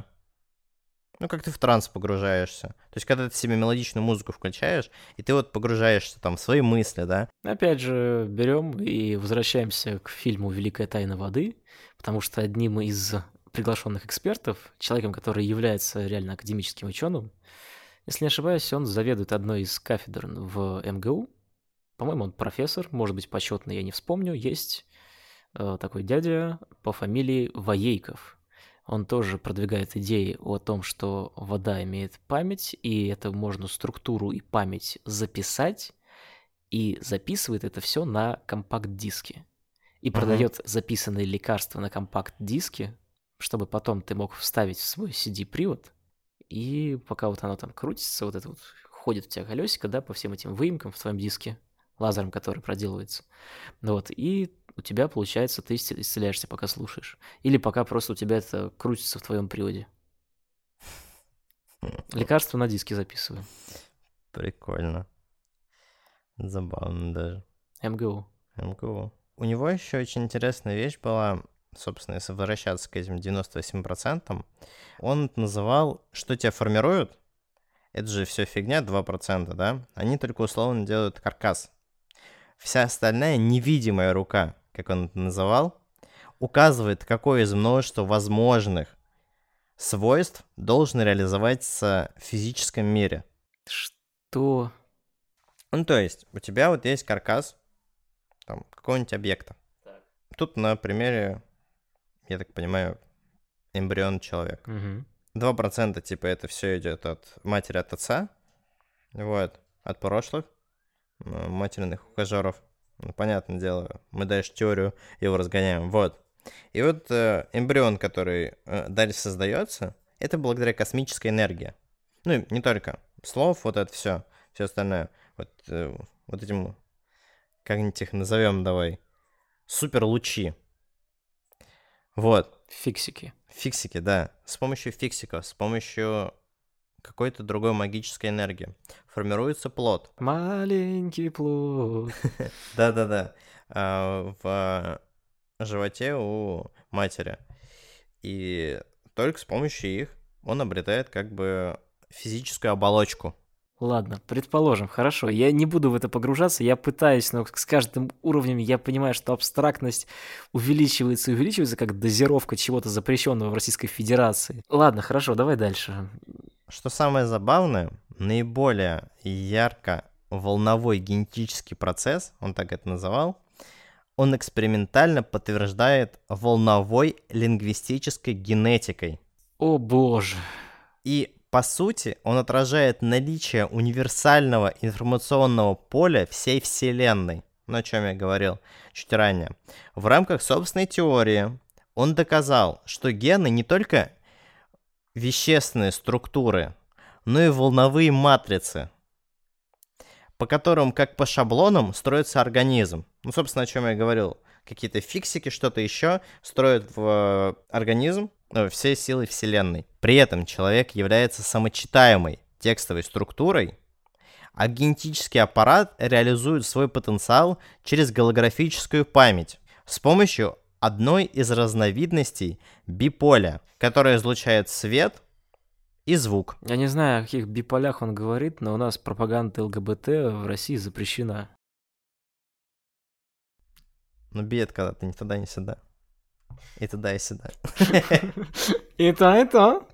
Speaker 1: Ну, как ты в транс погружаешься. То есть, когда ты себе мелодичную музыку включаешь, и ты вот погружаешься там в свои мысли, да?
Speaker 2: Опять же, берем и возвращаемся к фильму «Великая тайна воды», потому что одним из приглашенных экспертов, человеком, который является реально академическим ученым, если не ошибаюсь, он заведует одной из кафедр в МГУ. По-моему, он профессор, может быть, почетный, я не вспомню. Есть такой дядя по фамилии Воейков. Он тоже продвигает идеи о том, что вода имеет память, и это можно структуру и память записать, и записывает это все на компакт-диске. И продает записанные лекарства на компакт-диске, чтобы потом ты мог вставить в свой CD-привод, и пока вот оно там крутится, вот это вот ходит у тебя колесико, да, по всем этим выемкам в твоем диске, лазером, который проделывается. Вот, и у тебя, получается, ты исцеляешься, пока слушаешь. Или пока просто у тебя это крутится в твоем приводе. Лекарство на диске записываю.
Speaker 1: Прикольно. Забавно даже.
Speaker 2: МГУ.
Speaker 1: У него еще очень интересная вещь была, собственно, если возвращаться к этим 98%, он это называл, что тебя формирует, это же все фигня, 2%, да? Они только условно делают каркас. Вся остальная невидимая рука, как он это называл, указывает, какое из множества возможных свойств должен реализоваться в физическом мире.
Speaker 2: Что?
Speaker 1: Ну, то есть, у тебя вот есть каркас там, какого-нибудь объекта. Так. Тут на примере, я так понимаю, эмбрион человека. 2% типа это все идет от матери, от отца, вот, от прошлых. материнных ухажеров. Ну, понятное дело, мы дальше теорию его разгоняем. Вот. И вот эмбрион, который дальше создается, это благодаря космической энергии. Ну, и не только. Слов, вот это все остальное. Вот этим, как-нибудь их назовем, давай, суперлучи. Вот.
Speaker 2: Фиксики.
Speaker 1: Фиксики, да. С помощью фиксиков, с помощью какой-то другой магической энергии формируется плод.
Speaker 2: Маленький плод.
Speaker 1: Да-да-да. В животе у матери. И только с помощью их он обретает как бы физическую оболочку.
Speaker 2: Ладно, предположим, хорошо, я не буду в это погружаться, я пытаюсь, но с каждым уровнем я понимаю, что абстрактность увеличивается и увеличивается, как дозировка чего-то запрещенного в Российской Федерации. Ладно, хорошо, давай дальше.
Speaker 1: Что самое забавное, наиболее ярко волновой генетический процесс, он так это называл, он экспериментально подтверждает волновой лингвистической генетикой.
Speaker 2: О боже.
Speaker 1: И по сути, он отражает наличие универсального информационного поля всей Вселенной, о чем я говорил чуть ранее. В рамках собственной теории он доказал, что гены не только вещественные структуры, но и волновые матрицы, по которым, как по шаблонам, строится организм. Ну, собственно, о чем я говорил. Какие-то фиксики, что-то еще строят в организм всей силой Вселенной. При этом человек является самочитаемой текстовой структурой, а генетический аппарат реализует свой потенциал через голографическую память с помощью одной из разновидностей биполя, которая излучает свет и звук.
Speaker 2: Я не знаю, о каких биполях он говорит, но у нас пропаганда ЛГБТ в России запрещена.
Speaker 1: Но бед, когда ты ни туда, ни сюда. И туда, и сюда.
Speaker 2: И то.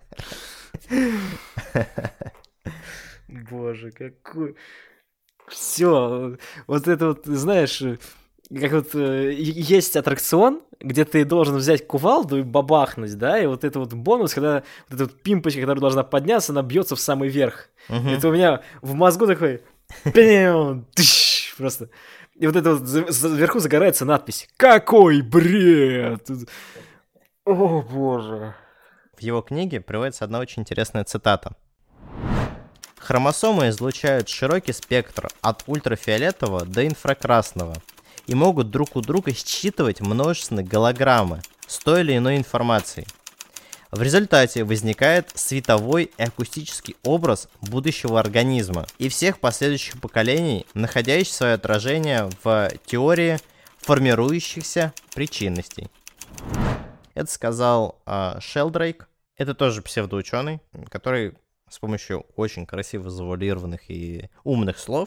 Speaker 2: Боже, какой... Все, вот это вот, знаешь, как вот есть аттракцион, где ты должен взять кувалду и бабахнуть, да, и вот это вот бонус, когда вот эта вот пимпочка, которая должна подняться, она бьется в самый верх. Это у меня в мозгу такой... Просто... И вот это вот вверху загорается надпись «Какой бред!» О, боже.
Speaker 1: В его книге приводится одна очень интересная цитата. Хромосомы излучают широкий спектр от ультрафиолетового до инфракрасного и могут друг у друга считывать множественные голограммы с той или иной информацией. В результате возникает световой и акустический образ будущего организма и всех последующих поколений, находящий свое отражение в теории формирующихся причинностей. Это сказал Шелдрейк. Это тоже псевдоученый, который с помощью очень красиво завуалированных и умных слов,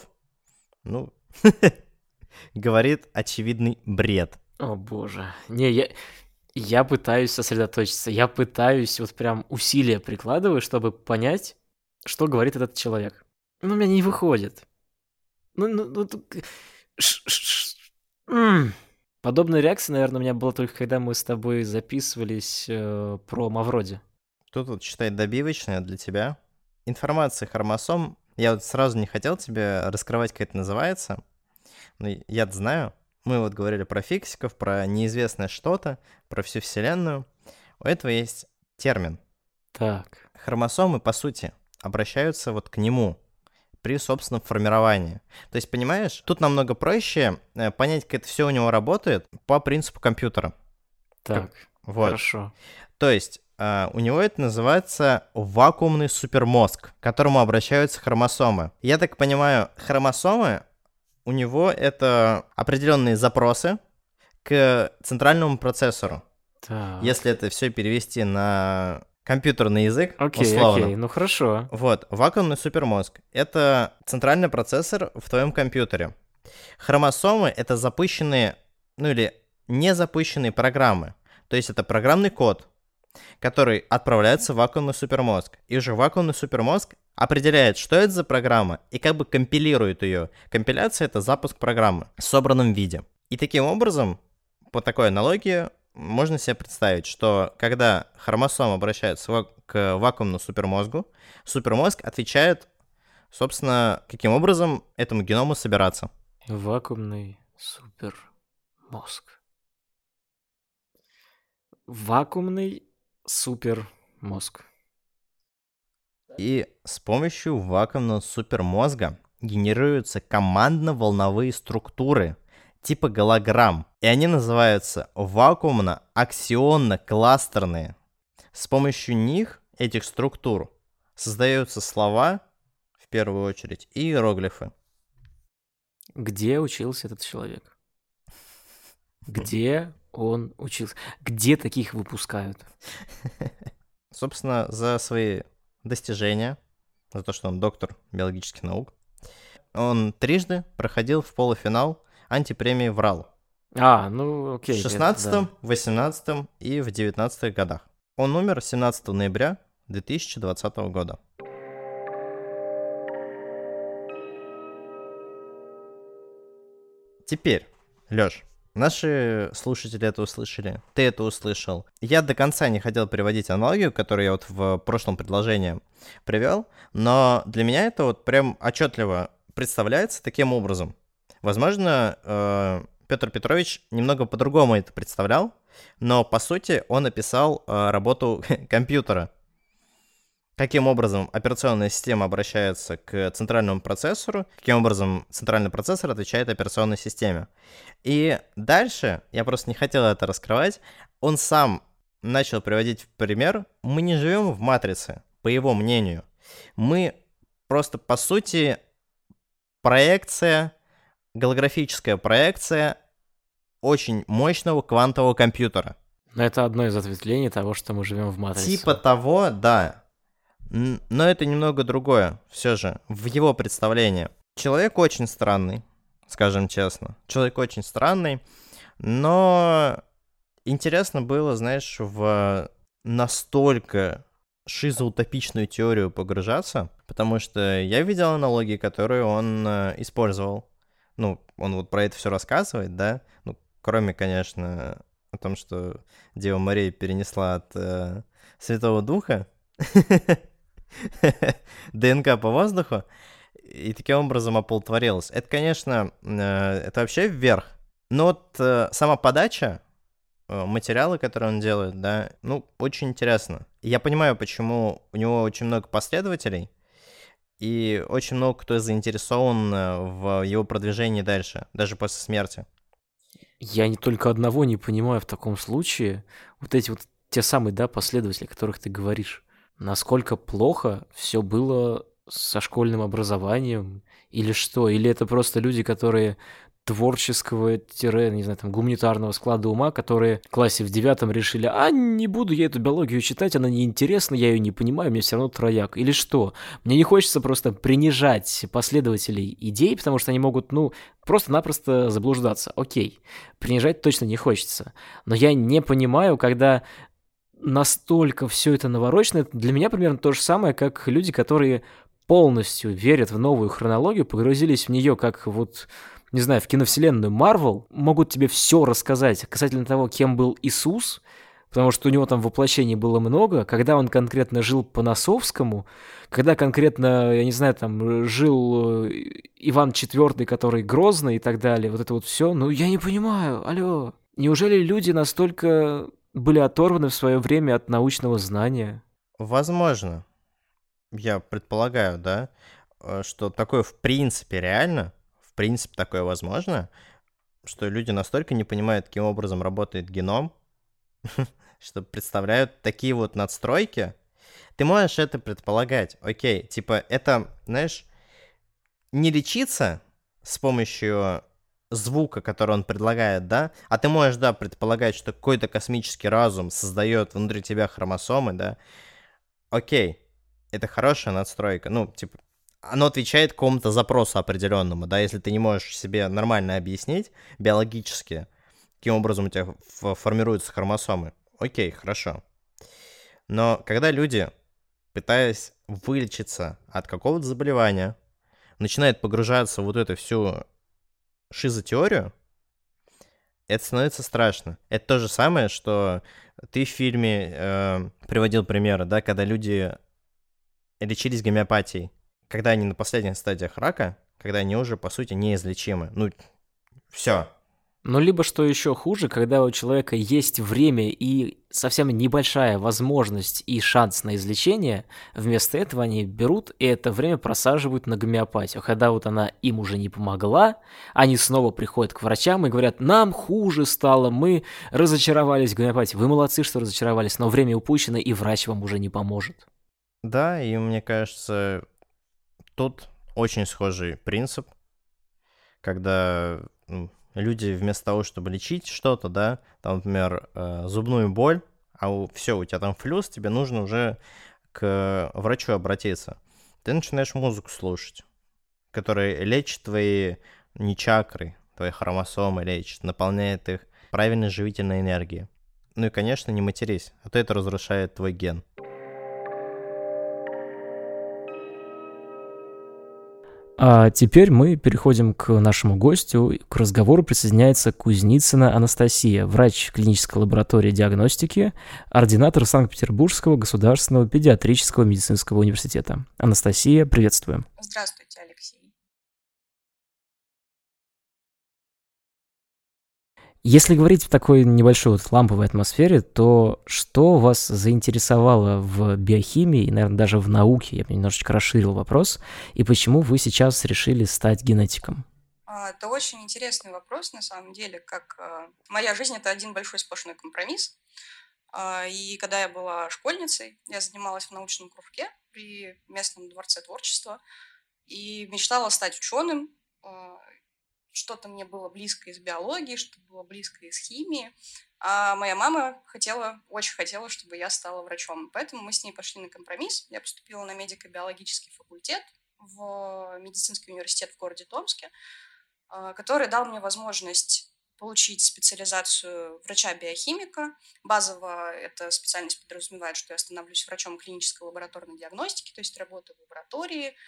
Speaker 1: говорит очевидный бред.
Speaker 2: О боже. Не, я пытаюсь сосредоточиться, я пытаюсь вот прям усилия прикладываю, чтобы понять, что говорит этот человек. Но у меня не выходит. Подобная реакция, наверное, у меня была только когда мы с тобой записывались про Мавроди.
Speaker 1: Тут вот считай добивочное для тебя. Информация хромосом. Я вот сразу не хотел тебе раскрывать, как это называется. Но я-то знаю. Мы вот говорили про фиксиков, про неизвестное что-то, про всю Вселенную. У этого есть термин.
Speaker 2: Так.
Speaker 1: Хромосомы, по сути, обращаются вот к нему при собственном формировании. То есть, понимаешь, тут намного проще понять, как это все у него работает по принципу компьютера.
Speaker 2: Так,
Speaker 1: вот.
Speaker 2: Хорошо.
Speaker 1: То есть, у него это называется вакуумный супермозг, к которому обращаются хромосомы. Я так понимаю, хромосомы... У него это определенные запросы к центральному процессору.
Speaker 2: Так.
Speaker 1: Если это все перевести на компьютерный язык,
Speaker 2: Окей, ну хорошо.
Speaker 1: Вот, вакуумный супермозг — это центральный процессор в твоем компьютере. Хромосомы — это запущенные, или не запущенные программы. То есть это программный код, который отправляется в вакуумный супермозг. И уже вакуумный супермозг определяет, что это за программа, и как бы компилирует ее. Компиляция — это запуск программы в собранном виде. И таким образом, по такой аналогии, можно себе представить, что когда хромосома обращается к вакуумному супермозгу, супермозг отвечает Собственно, каким образом этому геному собираться?
Speaker 2: Вакуумный супермозг. Вакуумный супермозг.
Speaker 1: И с помощью вакуумного супермозга генерируются командно-волновые структуры типа голограмм, и они называются вакуумно-аксионно-кластерные. С помощью них, этих структур, создаются слова, в первую очередь, и иероглифы.
Speaker 2: Где учился этот человек? Где он учился? Где таких выпускают?
Speaker 1: Собственно, за свои достижения, за то, что он доктор биологических наук, он трижды проходил в полуфинал антипремии «Врал».
Speaker 2: Ну
Speaker 1: В
Speaker 2: окей.
Speaker 1: 16-м, 18-м и в 19-х годах. Он умер 17 ноября 2020 года. Теперь, Лёш, наши слушатели это услышали, ты это услышал. Я до конца не хотел приводить аналогию, которую я вот в прошлом предложении привел, но для меня это вот прям отчетливо представляется таким образом. Возможно, Петр Петрович немного по-другому это представлял, но по сути он описал работу компьютера. Каким образом операционная система обращается к центральному процессору, каким образом центральный процессор отвечает операционной системе. И дальше, я просто не хотел это раскрывать, он сам начал приводить в пример, мы не живем в матрице, по его мнению. Мы просто, по сути, голографическая проекция очень мощного квантового компьютера.
Speaker 2: Но это одно из ответвлений того, что мы живем в матрице.
Speaker 1: Типа того, да. Но это немного другое, все же, в его представлении. Человек очень странный, скажем честно. Человек очень странный, но интересно было, знаешь, в настолько шизоутопичную теорию погружаться, потому что я видел аналогии, которые он использовал. Ну, он вот про это все рассказывает, да, ну, кроме, конечно, о том, что Дева Мария перенесла от Святого Духа ДНК по воздуху, и таким образом оплодотворилась. Это, конечно, это вообще вверх. Но вот сама подача, материалы, которые он делает, да, ну, очень интересно. И я понимаю, почему у него очень много последователей, и очень много кто заинтересован в его продвижении дальше, даже после смерти.
Speaker 2: Я не только одного не понимаю в таком случае. Вот эти вот те самые, да, последователи, о которых ты говоришь. Насколько плохо все было со школьным образованием или что? Или это просто люди, которые творческого, не знаю, там, гуманитарного склада ума, которые в классе в 9 решили, не буду я эту биологию читать, она неинтересна, я ее не понимаю, мне все равно трояк. Или что? Мне не хочется просто принижать последователей идей, потому что они могут, просто-напросто заблуждаться. Окей, принижать точно не хочется. Но я не понимаю, когда настолько все это наворочено, это для меня примерно то же самое, как люди, которые полностью верят в новую хронологию, погрузились в нее как вот, не знаю, в киновселенную Марвел, могут тебе все рассказать касательно того, кем был Иисус, потому что у него там воплощений было много, когда он конкретно жил по Носовскому, когда конкретно, я не знаю, там жил Иван IV, который Грозный и так далее, вот это вот все, я не понимаю, алло. Неужели люди настолько были оторваны в свое время от научного знания?
Speaker 1: Возможно, я предполагаю, да, что такое в принципе реально, в принципе такое возможно, что люди настолько не понимают, каким образом работает геном, что представляют такие вот надстройки. Ты можешь это предполагать, окей, типа это, знаешь, не лечиться с помощью звука, который он предлагает, да, а ты можешь, да, предполагать, что какой-то космический разум создает внутри тебя хромосомы, да, окей, это хорошая надстройка, типа, оно отвечает какому-то запросу определенному, да, если ты не можешь себе нормально объяснить биологически, каким образом у тебя формируются хромосомы, окей, хорошо. Но когда люди, пытаясь вылечиться от какого-то заболевания, начинают погружаться в вот эту всю шизотеорию, это становится страшно. Это то же самое, что ты в фильме приводил примеры, да, когда люди лечились гомеопатией. когда они на последних стадиях рака, когда они уже, по сути, неизлечимы. Ну, все.
Speaker 2: Ну, либо, что еще хуже, когда у человека есть время и совсем небольшая возможность и шанс на излечение, вместо этого они берут и это время просаживают на гомеопатию. Когда вот она им уже не помогла, они снова приходят к врачам и говорят: нам хуже стало, мы разочаровались в гомеопатии. Вы молодцы, что разочаровались, но время упущено, и врач вам уже не поможет.
Speaker 1: Да, и мне кажется, тут очень схожий принцип, когда люди вместо того, чтобы лечить что-то, да, там, например, зубную боль, все, у тебя там флюс, тебе нужно уже к врачу обратиться. Ты начинаешь музыку слушать, которая лечит твои не чакры, твои хромосомы лечит, наполняет их правильной живительной энергией. Ну и, конечно, не матерись, а то это разрушает твой ген.
Speaker 2: А теперь мы переходим к нашему гостю. К разговору присоединяется Кузницына Анастасия, врач клинической лаборатории диагностики, ординатор Санкт-Петербургского государственного педиатрического медицинского университета. Анастасия, приветствуем.
Speaker 3: Здравствуйте, Алексей.
Speaker 2: Если говорить в такой небольшой вот ламповой атмосфере, то что вас заинтересовало в биохимии и, наверное, даже в науке? Я бы немножечко расширил вопрос. И почему вы сейчас решили стать генетиком?
Speaker 3: Это очень интересный вопрос, на самом деле, как моя жизнь – это один большой сплошной компромисс. И когда я была школьницей, я занималась в научном кружке при местном дворце творчества и мечтала стать ученым. Что-то мне было близко из биологии, что-то было близко из химии. А моя мама очень хотела, чтобы я стала врачом. Поэтому мы с ней пошли на компромисс. Я поступила на медико-биологический факультет в медицинский университет в городе Томске, который дал мне возможность получить специализацию врача-биохимика. Базово эта специальность подразумевает, что я становлюсь врачом клинической лабораторной диагностики, то есть работаю в лаборатории,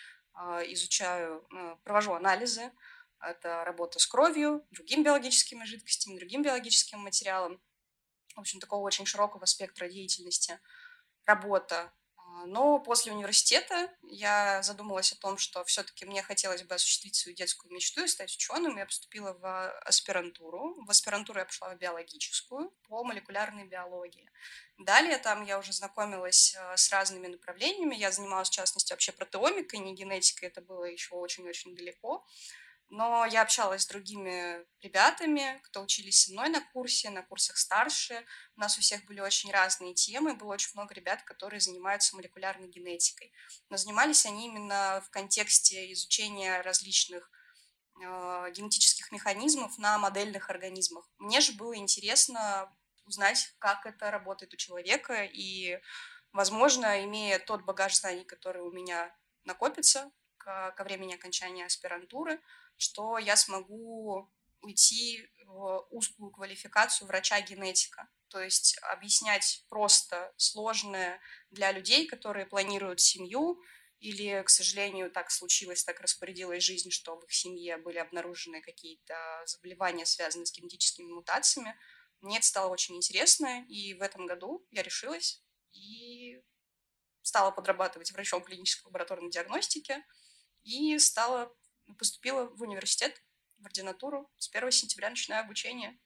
Speaker 3: провожу анализы. Это работа с кровью, другими биологическими жидкостями, другим биологическим материалом. В общем, такого очень широкого спектра деятельности работа. Но после университета я задумалась о том, что все-таки мне хотелось бы осуществить свою детскую мечту и стать ученым. Я поступила в аспирантуру. В аспирантуру я пошла в биологическую по молекулярной биологии. Далее там я уже знакомилась с разными направлениями. Я занималась, в частности, вообще протеомикой, не генетикой. Это было еще очень-очень далеко. Но я общалась с другими ребятами, кто учились со мной на курсах старше. У нас у всех были очень разные темы, было очень много ребят, которые занимаются молекулярной генетикой. Но занимались они именно в контексте изучения различных генетических механизмов на модельных организмах. Мне же было интересно узнать, как это работает у человека, и, возможно, имея тот багаж знаний, который у меня накопится ко времени окончания аспирантуры, что я смогу уйти в узкую квалификацию врача-генетика. То есть объяснять просто сложное для людей, которые планируют семью, или, к сожалению, так случилось, так распорядилась жизнь, что в их семье были обнаружены какие-то заболевания, связанные с генетическими мутациями. Мне это стало очень интересно, и в этом году я решилась и стала подрабатывать врачом клинической лабораторной диагностики и поступила в университет, в ординатуру. С 1 сентября начинаю обучение.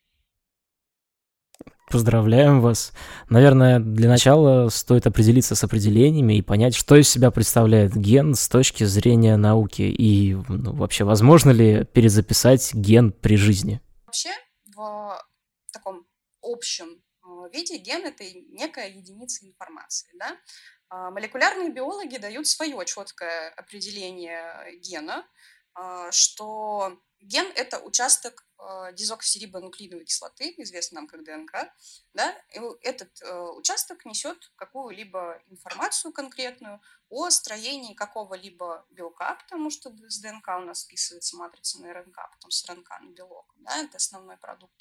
Speaker 2: Поздравляем вас. Наверное, для начала стоит определиться с определениями и понять, что из себя представляет ген с точки зрения науки. И вообще, возможно ли перезаписать ген при жизни?
Speaker 3: Вообще, в таком общем виде ген – это некая единица информации. Да? Молекулярные биологи дают свое четкое определение гена, что ген – это участок дезоксирибонуклеиновой кислоты, известный нам как ДНК, да? И этот участок несет какую-либо информацию конкретную о строении какого-либо белка, потому что с ДНК у нас списывается матрица на РНК, потом с РНК на белок. Да? Это основной продукт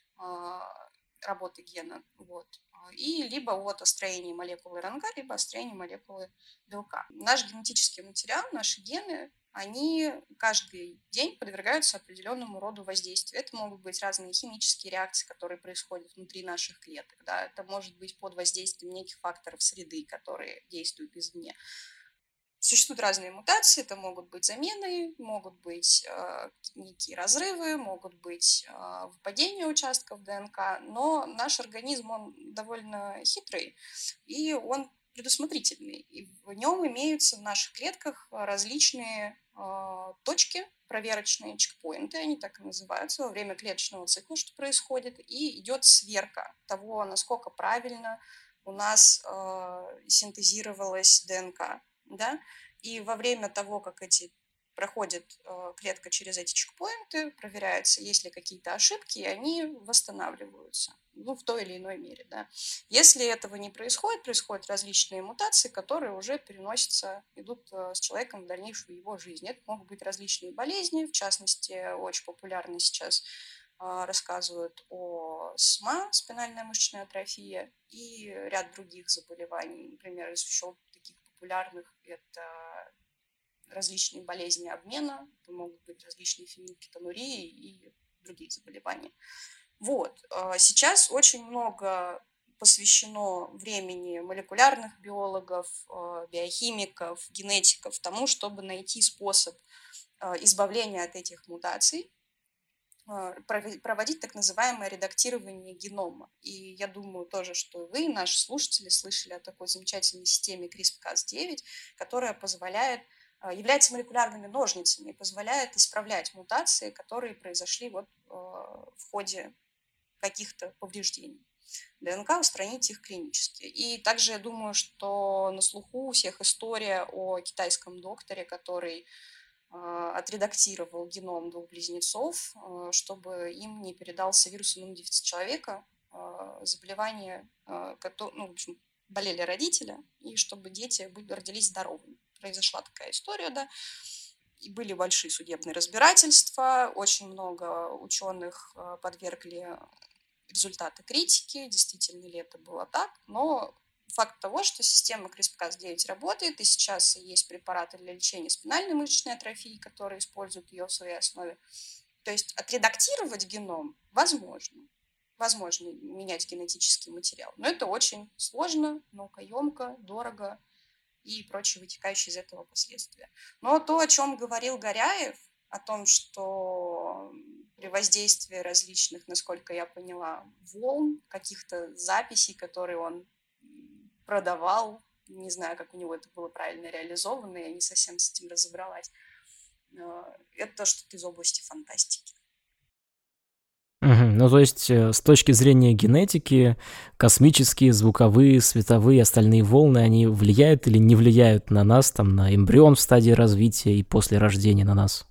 Speaker 3: работы гена. Вот. И либо о строении молекулы РНК, либо о строении молекулы белка. Наш генетический материал, наши гены, они каждый день подвергаются определенному роду воздействию. Это могут быть разные химические реакции, которые происходят внутри наших клеток. Да? Это может быть под воздействием неких факторов среды, которые действуют извне. Существуют разные мутации, это могут быть замены, могут быть некие разрывы, могут быть выпадения участков ДНК, но наш организм, он довольно хитрый, и он предусмотрительный. И в нем имеются в наших клетках различные точки, проверочные чекпоинты, они так и называются, во время клеточного цикла, что происходит, и идет сверка того, насколько правильно у нас синтезировалась ДНК. Да? И во время того, как проходит клетка через эти чекпоинты, проверяется, есть ли какие-то ошибки, и они восстанавливаются, ну, в той или иной мере. Да. Если этого не происходит, происходят различные мутации, которые уже переносятся, идут с человеком в дальнейшую его жизнь. Это могут быть различные болезни, в частности, очень популярны сейчас рассказывают о СМА, спинальная мышечная атрофия, и ряд других заболеваний. Например, из еще таких популярных это различные болезни обмена, это могут быть различные фенилкетонурии и другие заболевания. Вот. Сейчас очень много посвящено времени молекулярных биологов, биохимиков, генетиков тому, чтобы найти способ избавления от этих мутаций, проводить так называемое редактирование генома. И я думаю тоже, что вы, наши слушатели, слышали о такой замечательной системе CRISPR-Cas9, которая является молекулярными ножницами и позволяет исправлять мутации, которые произошли вот в ходе каких-то повреждений ДНК, устранить их клинически. И также я думаю, что на слуху у всех история о китайском докторе, который отредактировал геном двух близнецов, чтобы им не передался вирус иммунодефицита человека, заболевание, ну, в общем, болели родители, и чтобы дети родились здоровыми. Произошла такая история, да, и были большие судебные разбирательства, очень много ученых подвергли результаты критики, действительно ли это было так, но факт того, что система CRISPR-Cas9 работает, и сейчас есть препараты для лечения спинальной мышечной атрофии, которые используют ее в своей основе. То есть отредактировать геном возможно. Возможно менять генетический материал. Но это очень сложно, наукоемко, дорого и прочие вытекающие из этого последствия. Но то, о чем говорил Горяев, о том, что при воздействии различных, насколько я поняла, волн, каких-то записей, которые он продавал, не знаю, как у него это было правильно реализовано, я не совсем с этим разобралась. Это что-то из области фантастики.
Speaker 2: Ну, то есть, с точки зрения генетики, космические, звуковые, световые, остальные волны, они влияют или не влияют на нас, там, на эмбрион в стадии развития и после рождения на нас?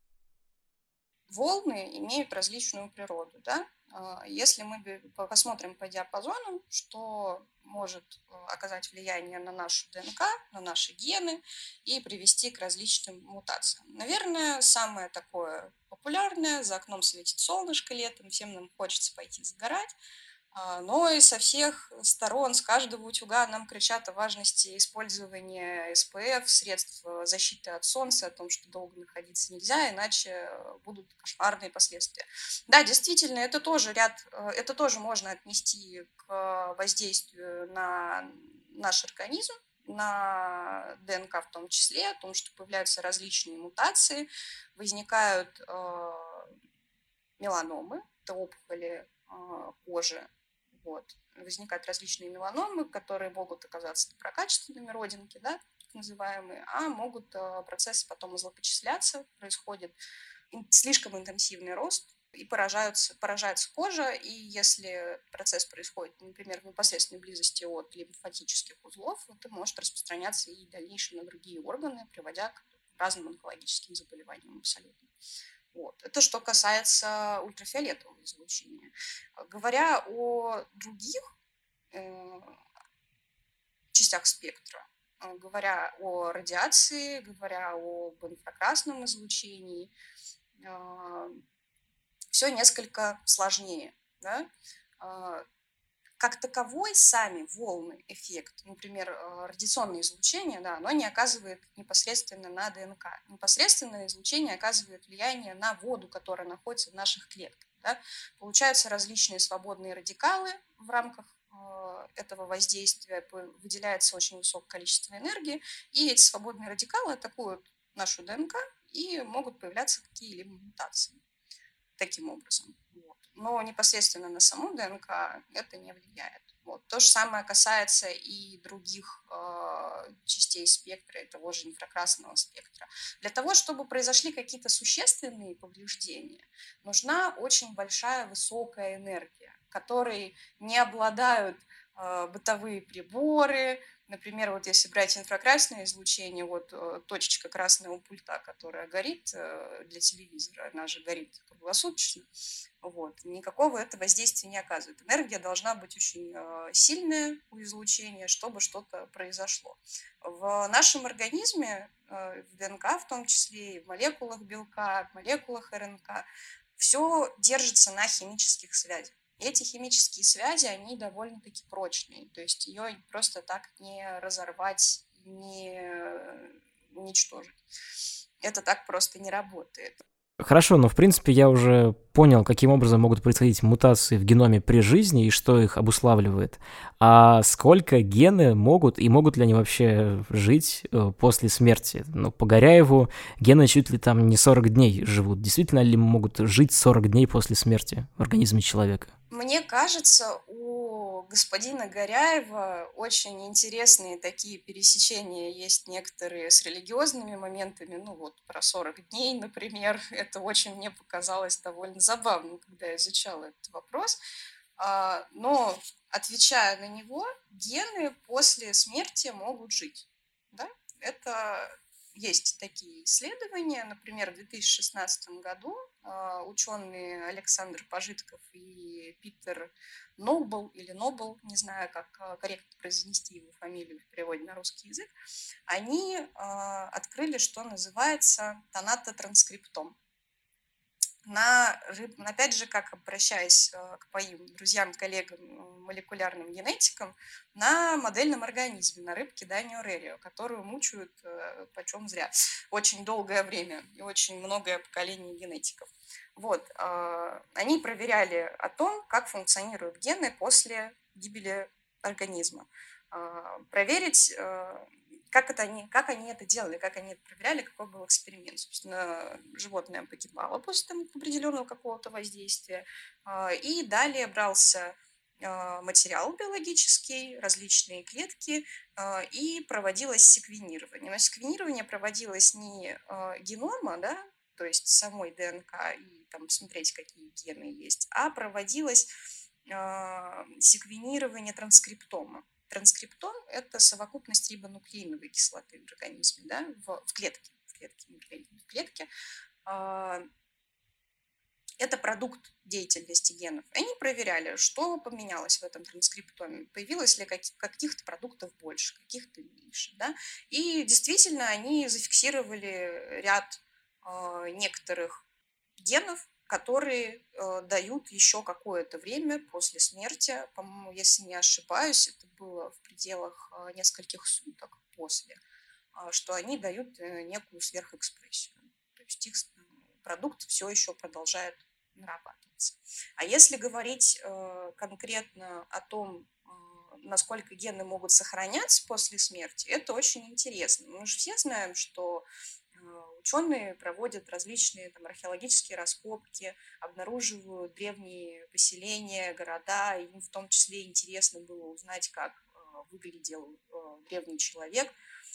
Speaker 3: Волны имеют различную природу, да? Если мы посмотрим по диапазону, что может оказать влияние на нашу ДНК, на наши гены и привести к различным мутациям. Наверное, самое такое популярное: за окном светит солнышко летом, всем нам хочется пойти загорать, но и со всех сторон, с каждого утюга нам кричат о важности использования СПФ, средств защиты от солнца, о том, что долго находиться нельзя, иначе будут кошмарные последствия. Да, действительно, это тоже можно отнести к воздействию на наш организм, на ДНК в том числе, о том, что появляются различные мутации, возникают меланомы, это опухоли кожи. Вот. Возникают различные меланомы, которые могут оказаться доброкачественными, родинки, да, так называемые, а могут процессы потом злокочисляться, происходит слишком интенсивный рост, и поражается кожа, и если процесс происходит, например, в непосредственной близости от лимфатических узлов, это может распространяться и в дальнейшем на другие органы, приводя к разным онкологическим заболеваниям абсолютно. Вот. Это что касается ультрафиолетового излучения. Говоря о других частях спектра, говоря о радиации, говоря об инфракрасном излучении, все несколько сложнее. Да? Как таковой сами волны, эффект, например, радиационное излучение, да, оно не оказывает непосредственно на ДНК. Непосредственное излучение оказывает влияние на воду, которая находится в наших клетках. Да. Получаются различные свободные радикалы в рамках этого воздействия выделяется очень высокое количество энергии, и эти свободные радикалы атакуют нашу ДНК и могут появляться какие-либо мутации таким образом. Вот. Но непосредственно на саму ДНК это не влияет. Вот. То же самое касается и других частей спектра, и того же инфракрасного спектра. Для того, чтобы произошли какие-то существенные повреждения, нужна очень большая высокая энергия, которой не обладают бытовые приборы. Например, вот если брать инфракрасное излучение, вот точечка красного пульта, которая горит для телевизора, она же горит круглосуточно, вот, никакого этого воздействия не оказывает. Энергия должна быть очень сильная у излучения, чтобы что-то произошло. В нашем организме, в ДНК в том числе, и в молекулах белка, в молекулах РНК, все держится на химических связях. И эти химические связи, они довольно-таки прочные, то есть ее просто так не разорвать, не уничтожить. Это так просто не работает.
Speaker 2: Хорошо, но в принципе я уже понял, каким образом могут происходить мутации в геноме при жизни и что их обуславливает. А сколько гены могут и могут ли они вообще жить после смерти? Ну, по Горяеву гены чуть ли там не 40 дней живут. Действительно ли могут жить 40 дней после смерти в организме человека?
Speaker 3: Мне кажется, у господина Горяева очень интересные такие пересечения есть некоторые с религиозными моментами. Ну вот про 40 дней, например. Это очень мне показалось довольно забавным, когда я изучала этот вопрос. Но, отвечая на него, гены после смерти могут жить. Да? Это есть такие исследования. Например, в 2016 году ученые Александр Пожитков и Питер Нобл, или Нобл, не знаю, как корректно произнести его фамилию в переводе на русский язык, они открыли, что называется тонатотранскриптом. Опять же, как обращаясь к моим друзьям, коллегам, молекулярным генетикам, на модельном организме, на рыбке Данио Рерио, которую мучают почем зря очень долгое время и очень многое поколений генетиков. Вот. Они проверяли о том, как функционируют гены после гибели организма. Проверить, как они это делали, как они это проверяли, какой был эксперимент. Собственно, животное погибало после определенного какого-то воздействия. И далее брался материал биологический, различные клетки, и проводилось секвенирование. Но секвенирование проводилось не генома, да, то есть самой ДНК, и там смотреть, какие гены есть, а проводилось секвенирование транскриптома. Транскриптом – это совокупность рибонуклеиновой кислоты в организме, да, в клетке. В клетке. Это продукт деятельности генов. Они проверяли, что поменялось в этом транскриптоме. Появилось ли каких-то продуктов больше, каких-то меньше. Да? И действительно они зафиксировали ряд некоторых генов, которые дают еще какое-то время после смерти. По-моему, если не ошибаюсь, это было в пределах нескольких суток после, что они дают некую сверхэкспрессию. То есть их продукт все еще продолжает нарабатываться. А если говорить конкретно о том, насколько гены могут сохраняться после смерти, это очень интересно. Мы же все знаем, что ученые проводят различные археологические раскопки, обнаруживают древние поселения, города, и им в том числе интересно было узнать, как выглядел древний человек.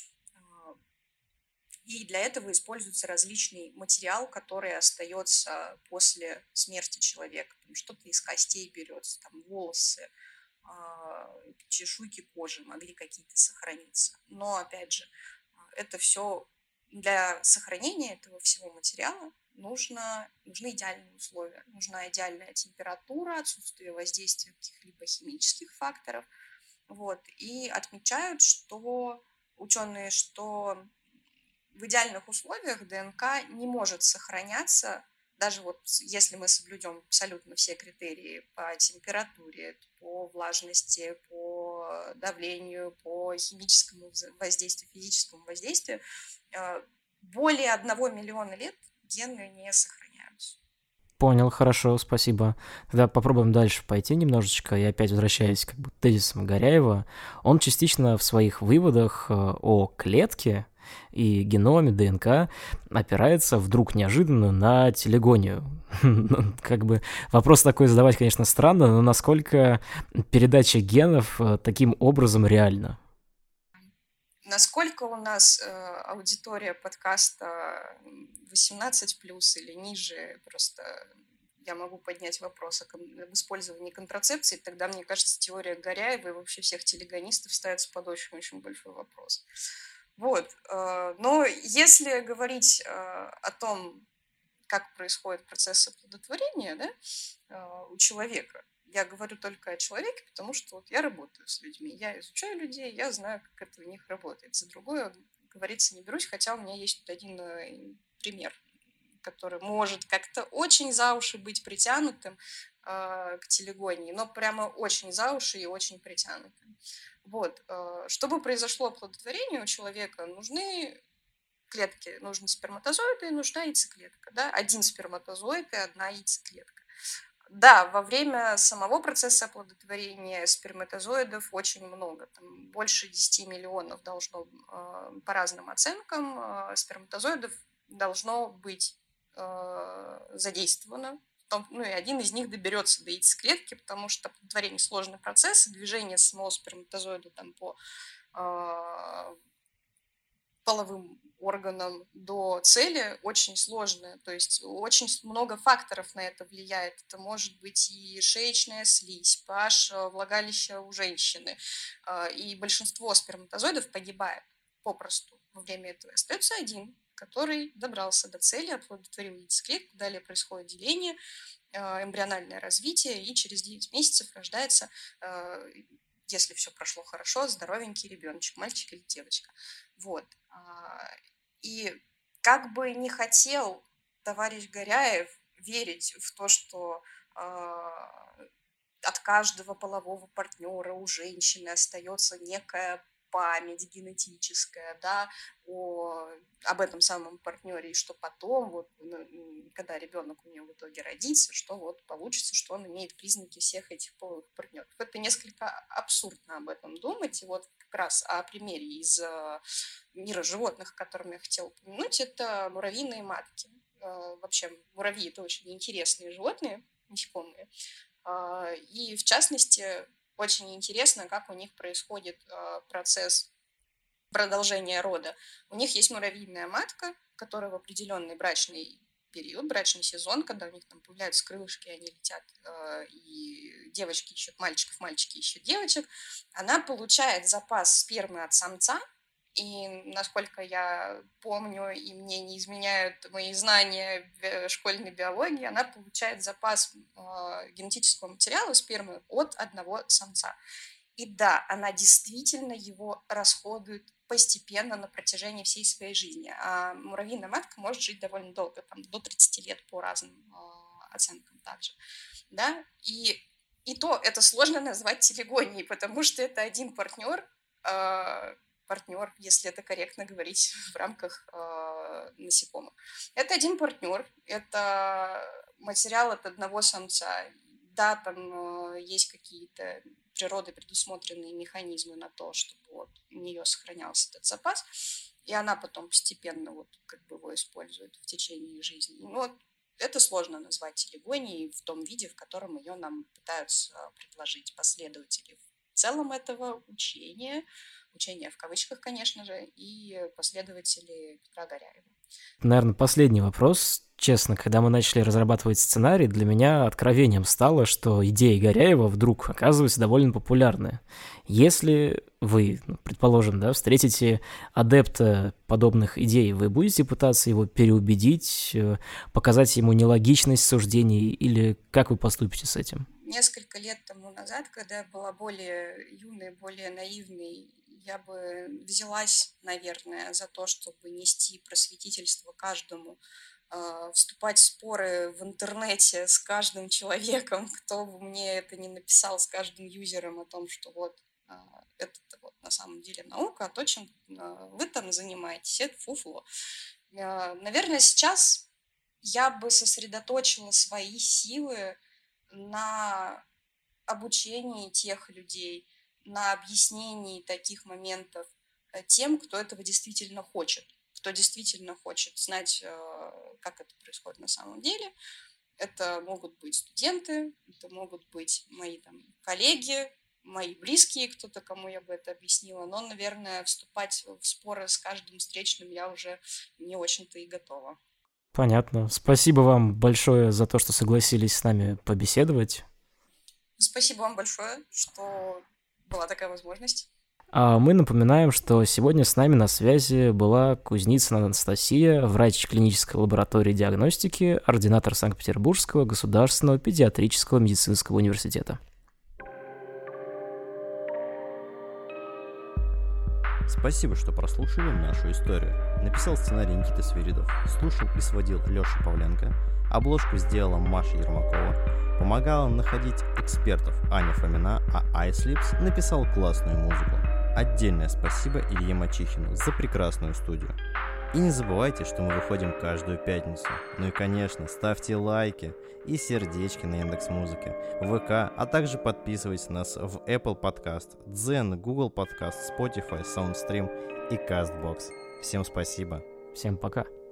Speaker 3: И для этого используется различный материал, который остается после смерти человека. Что-то из костей берется, волосы, чешуйки кожи могли какие-то сохраниться. Но, опять же, это все для сохранения этого всего материала нужны идеальные условия. Нужна идеальная температура, отсутствие воздействия каких-либо химических факторов. Вот. И отмечают, что ученые, что в идеальных условиях ДНК не может сохраняться, даже если мы соблюдем абсолютно все критерии по температуре, по влажности, по давлению, по химическому воздействию, физическому воздействию, более 1 миллиона лет гены не сохраняются.
Speaker 2: Понял, хорошо, спасибо. Тогда попробуем дальше пойти немножечко. И опять возвращаясь как бы к тезисам Горяева, он частично в своих выводах о клетке и геноме, ДНК опирается вдруг неожиданно на телегонию. Ну, как бы вопрос такой задавать, конечно, странно, но насколько передача генов таким образом реальна?
Speaker 3: Насколько у нас аудитория подкаста 18 плюс или ниже, просто я могу поднять вопрос об использовании контрацепции, тогда, мне кажется, теория Горяева и вообще всех телегонистов ставится под очень-очень большой вопрос. Вот. Но если говорить о том, как происходит процесс оплодотворения, да, у человека, я говорю только о человеке, потому что вот я работаю с людьми, я изучаю людей, я знаю, как это у них работает. За другое говориться не берусь, хотя у меня есть тут один пример, который может как-то очень за уши быть притянутым к телегонии, но прямо очень за уши и очень притянутым. Вот. Чтобы произошло оплодотворение у человека, нужны клетки, нужны сперматозоиды и нужна яйцеклетка. Да? Один сперматозоид и одна яйцеклетка. Да, во время самого процесса оплодотворения сперматозоидов очень много, там больше 10 миллионов должно, по разным оценкам, сперматозоидов должно быть задействовано. Ну и один из них доберется до яйцеклетки, потому что оплодотворение сложный процесс, и движение самого сперматозоида там по половым органам до цели очень сложная, то есть очень много факторов на это влияет. Это может быть и шеечная слизь, pH влагалища у женщины, и большинство сперматозоидов погибает попросту во время этого. Остается один, который добрался до цели, оплодотворил яйцеклетку, далее происходит деление, эмбриональное развитие, и через 9 месяцев рождается, если все прошло хорошо, здоровенький ребеночек, мальчик или девочка. Вот. И как бы не хотел товарищ Горяев верить в то, что от каждого полового партнера у женщины остается некая память генетическая, да, об этом самом партнере, и что потом, вот, когда ребенок у нее в итоге родится, что вот получится, что он имеет признаки всех этих половых партнеров. Это несколько абсурдно об этом думать, и вот как раз о примере из мира животных, о котором я хотела упомянуть, это муравьиные матки. Вообще муравьи – это очень интересные животные, насекомые, и в частности очень интересно, как у них происходит процесс продолжения рода. У них есть муравьиная матка, которая в определенный брачный период, брачный сезон, когда у них там появляются крылышки, они летят, и девочки ищут мальчиков, мальчики ищут девочек, она получает запас спермы от самца, и насколько я помню, и мне не изменяют мои знания школьной биологии, она получает запас генетического материала спермы от одного самца. И да, она действительно его расходует постепенно на протяжении всей своей жизни. А муравьиная матка может жить довольно долго, там, до 30 лет по разным оценкам также. Да? И то это сложно назвать телегонией, потому что это один партнер, если это корректно говорить в рамках насекомых. Это один партнер, это материал от одного самца. Да, там есть какие-то природой предусмотренные механизмы на то, чтобы вот у нее сохранялся этот запас, и она потом постепенно вот как бы его использует в течение жизни. Ну, вот это сложно назвать телегонией в том виде, в котором ее нам пытаются предложить последователи в целом этого учения в кавычках, конечно же, и последователи Петра Горяева.
Speaker 2: Наверное, последний вопрос. Честно, когда мы начали разрабатывать сценарий, для меня откровением стало, что идея Горяева вдруг оказывается довольно популярная. Если вы, предположим, да, встретите адепта подобных идей, вы будете пытаться его переубедить, показать ему нелогичность суждений, или как вы поступите с этим?
Speaker 3: Несколько лет тому назад, когда я была более юной, более наивной, я бы взялась, наверное, за то, чтобы нести просветительство каждому, вступать в споры в интернете с каждым человеком, кто бы мне это не написал, с каждым юзером о том, что вот это вот на самом деле наука, а то, чем вы там занимаетесь, это фуфло. Наверное, сейчас я бы сосредоточила свои силы на обучении тех людей, на объяснении таких моментов тем, кто этого действительно хочет, кто действительно хочет знать, как это происходит на самом деле. Это могут быть студенты, это могут быть мои там коллеги, мои близкие, кто-то, кому я бы это объяснила. Но, наверное, вступать в споры с каждым встречным я уже не очень-то и готова.
Speaker 2: Понятно. Спасибо вам большое за то, что согласились с нами побеседовать.
Speaker 3: Спасибо вам большое, что была такая возможность.
Speaker 2: А мы напоминаем, что сегодня с нами на связи была Кузницына Анастасия, врач клинической лаборатории диагностики, ординатор Санкт-Петербургского государственного педиатрического медицинского университета.
Speaker 1: Спасибо, что прослушали нашу историю. Написал сценарий Никита Свиридов, слушал и сводил Леша Павленко, обложку сделала Маша Ермакова, помогала находить экспертов Аня Фомина, а iSlips написал классную музыку. Отдельное спасибо Илье Мачихину за прекрасную студию. И не забывайте, что мы выходим каждую пятницу. Ну и, конечно, ставьте лайки и сердечки на Яндекс.Музыке, ВК, а также подписывайтесь на нас в Apple Podcast, Дзен, Google Podcast, Spotify, SoundStream и CastBox. Всем спасибо.
Speaker 2: Всем пока.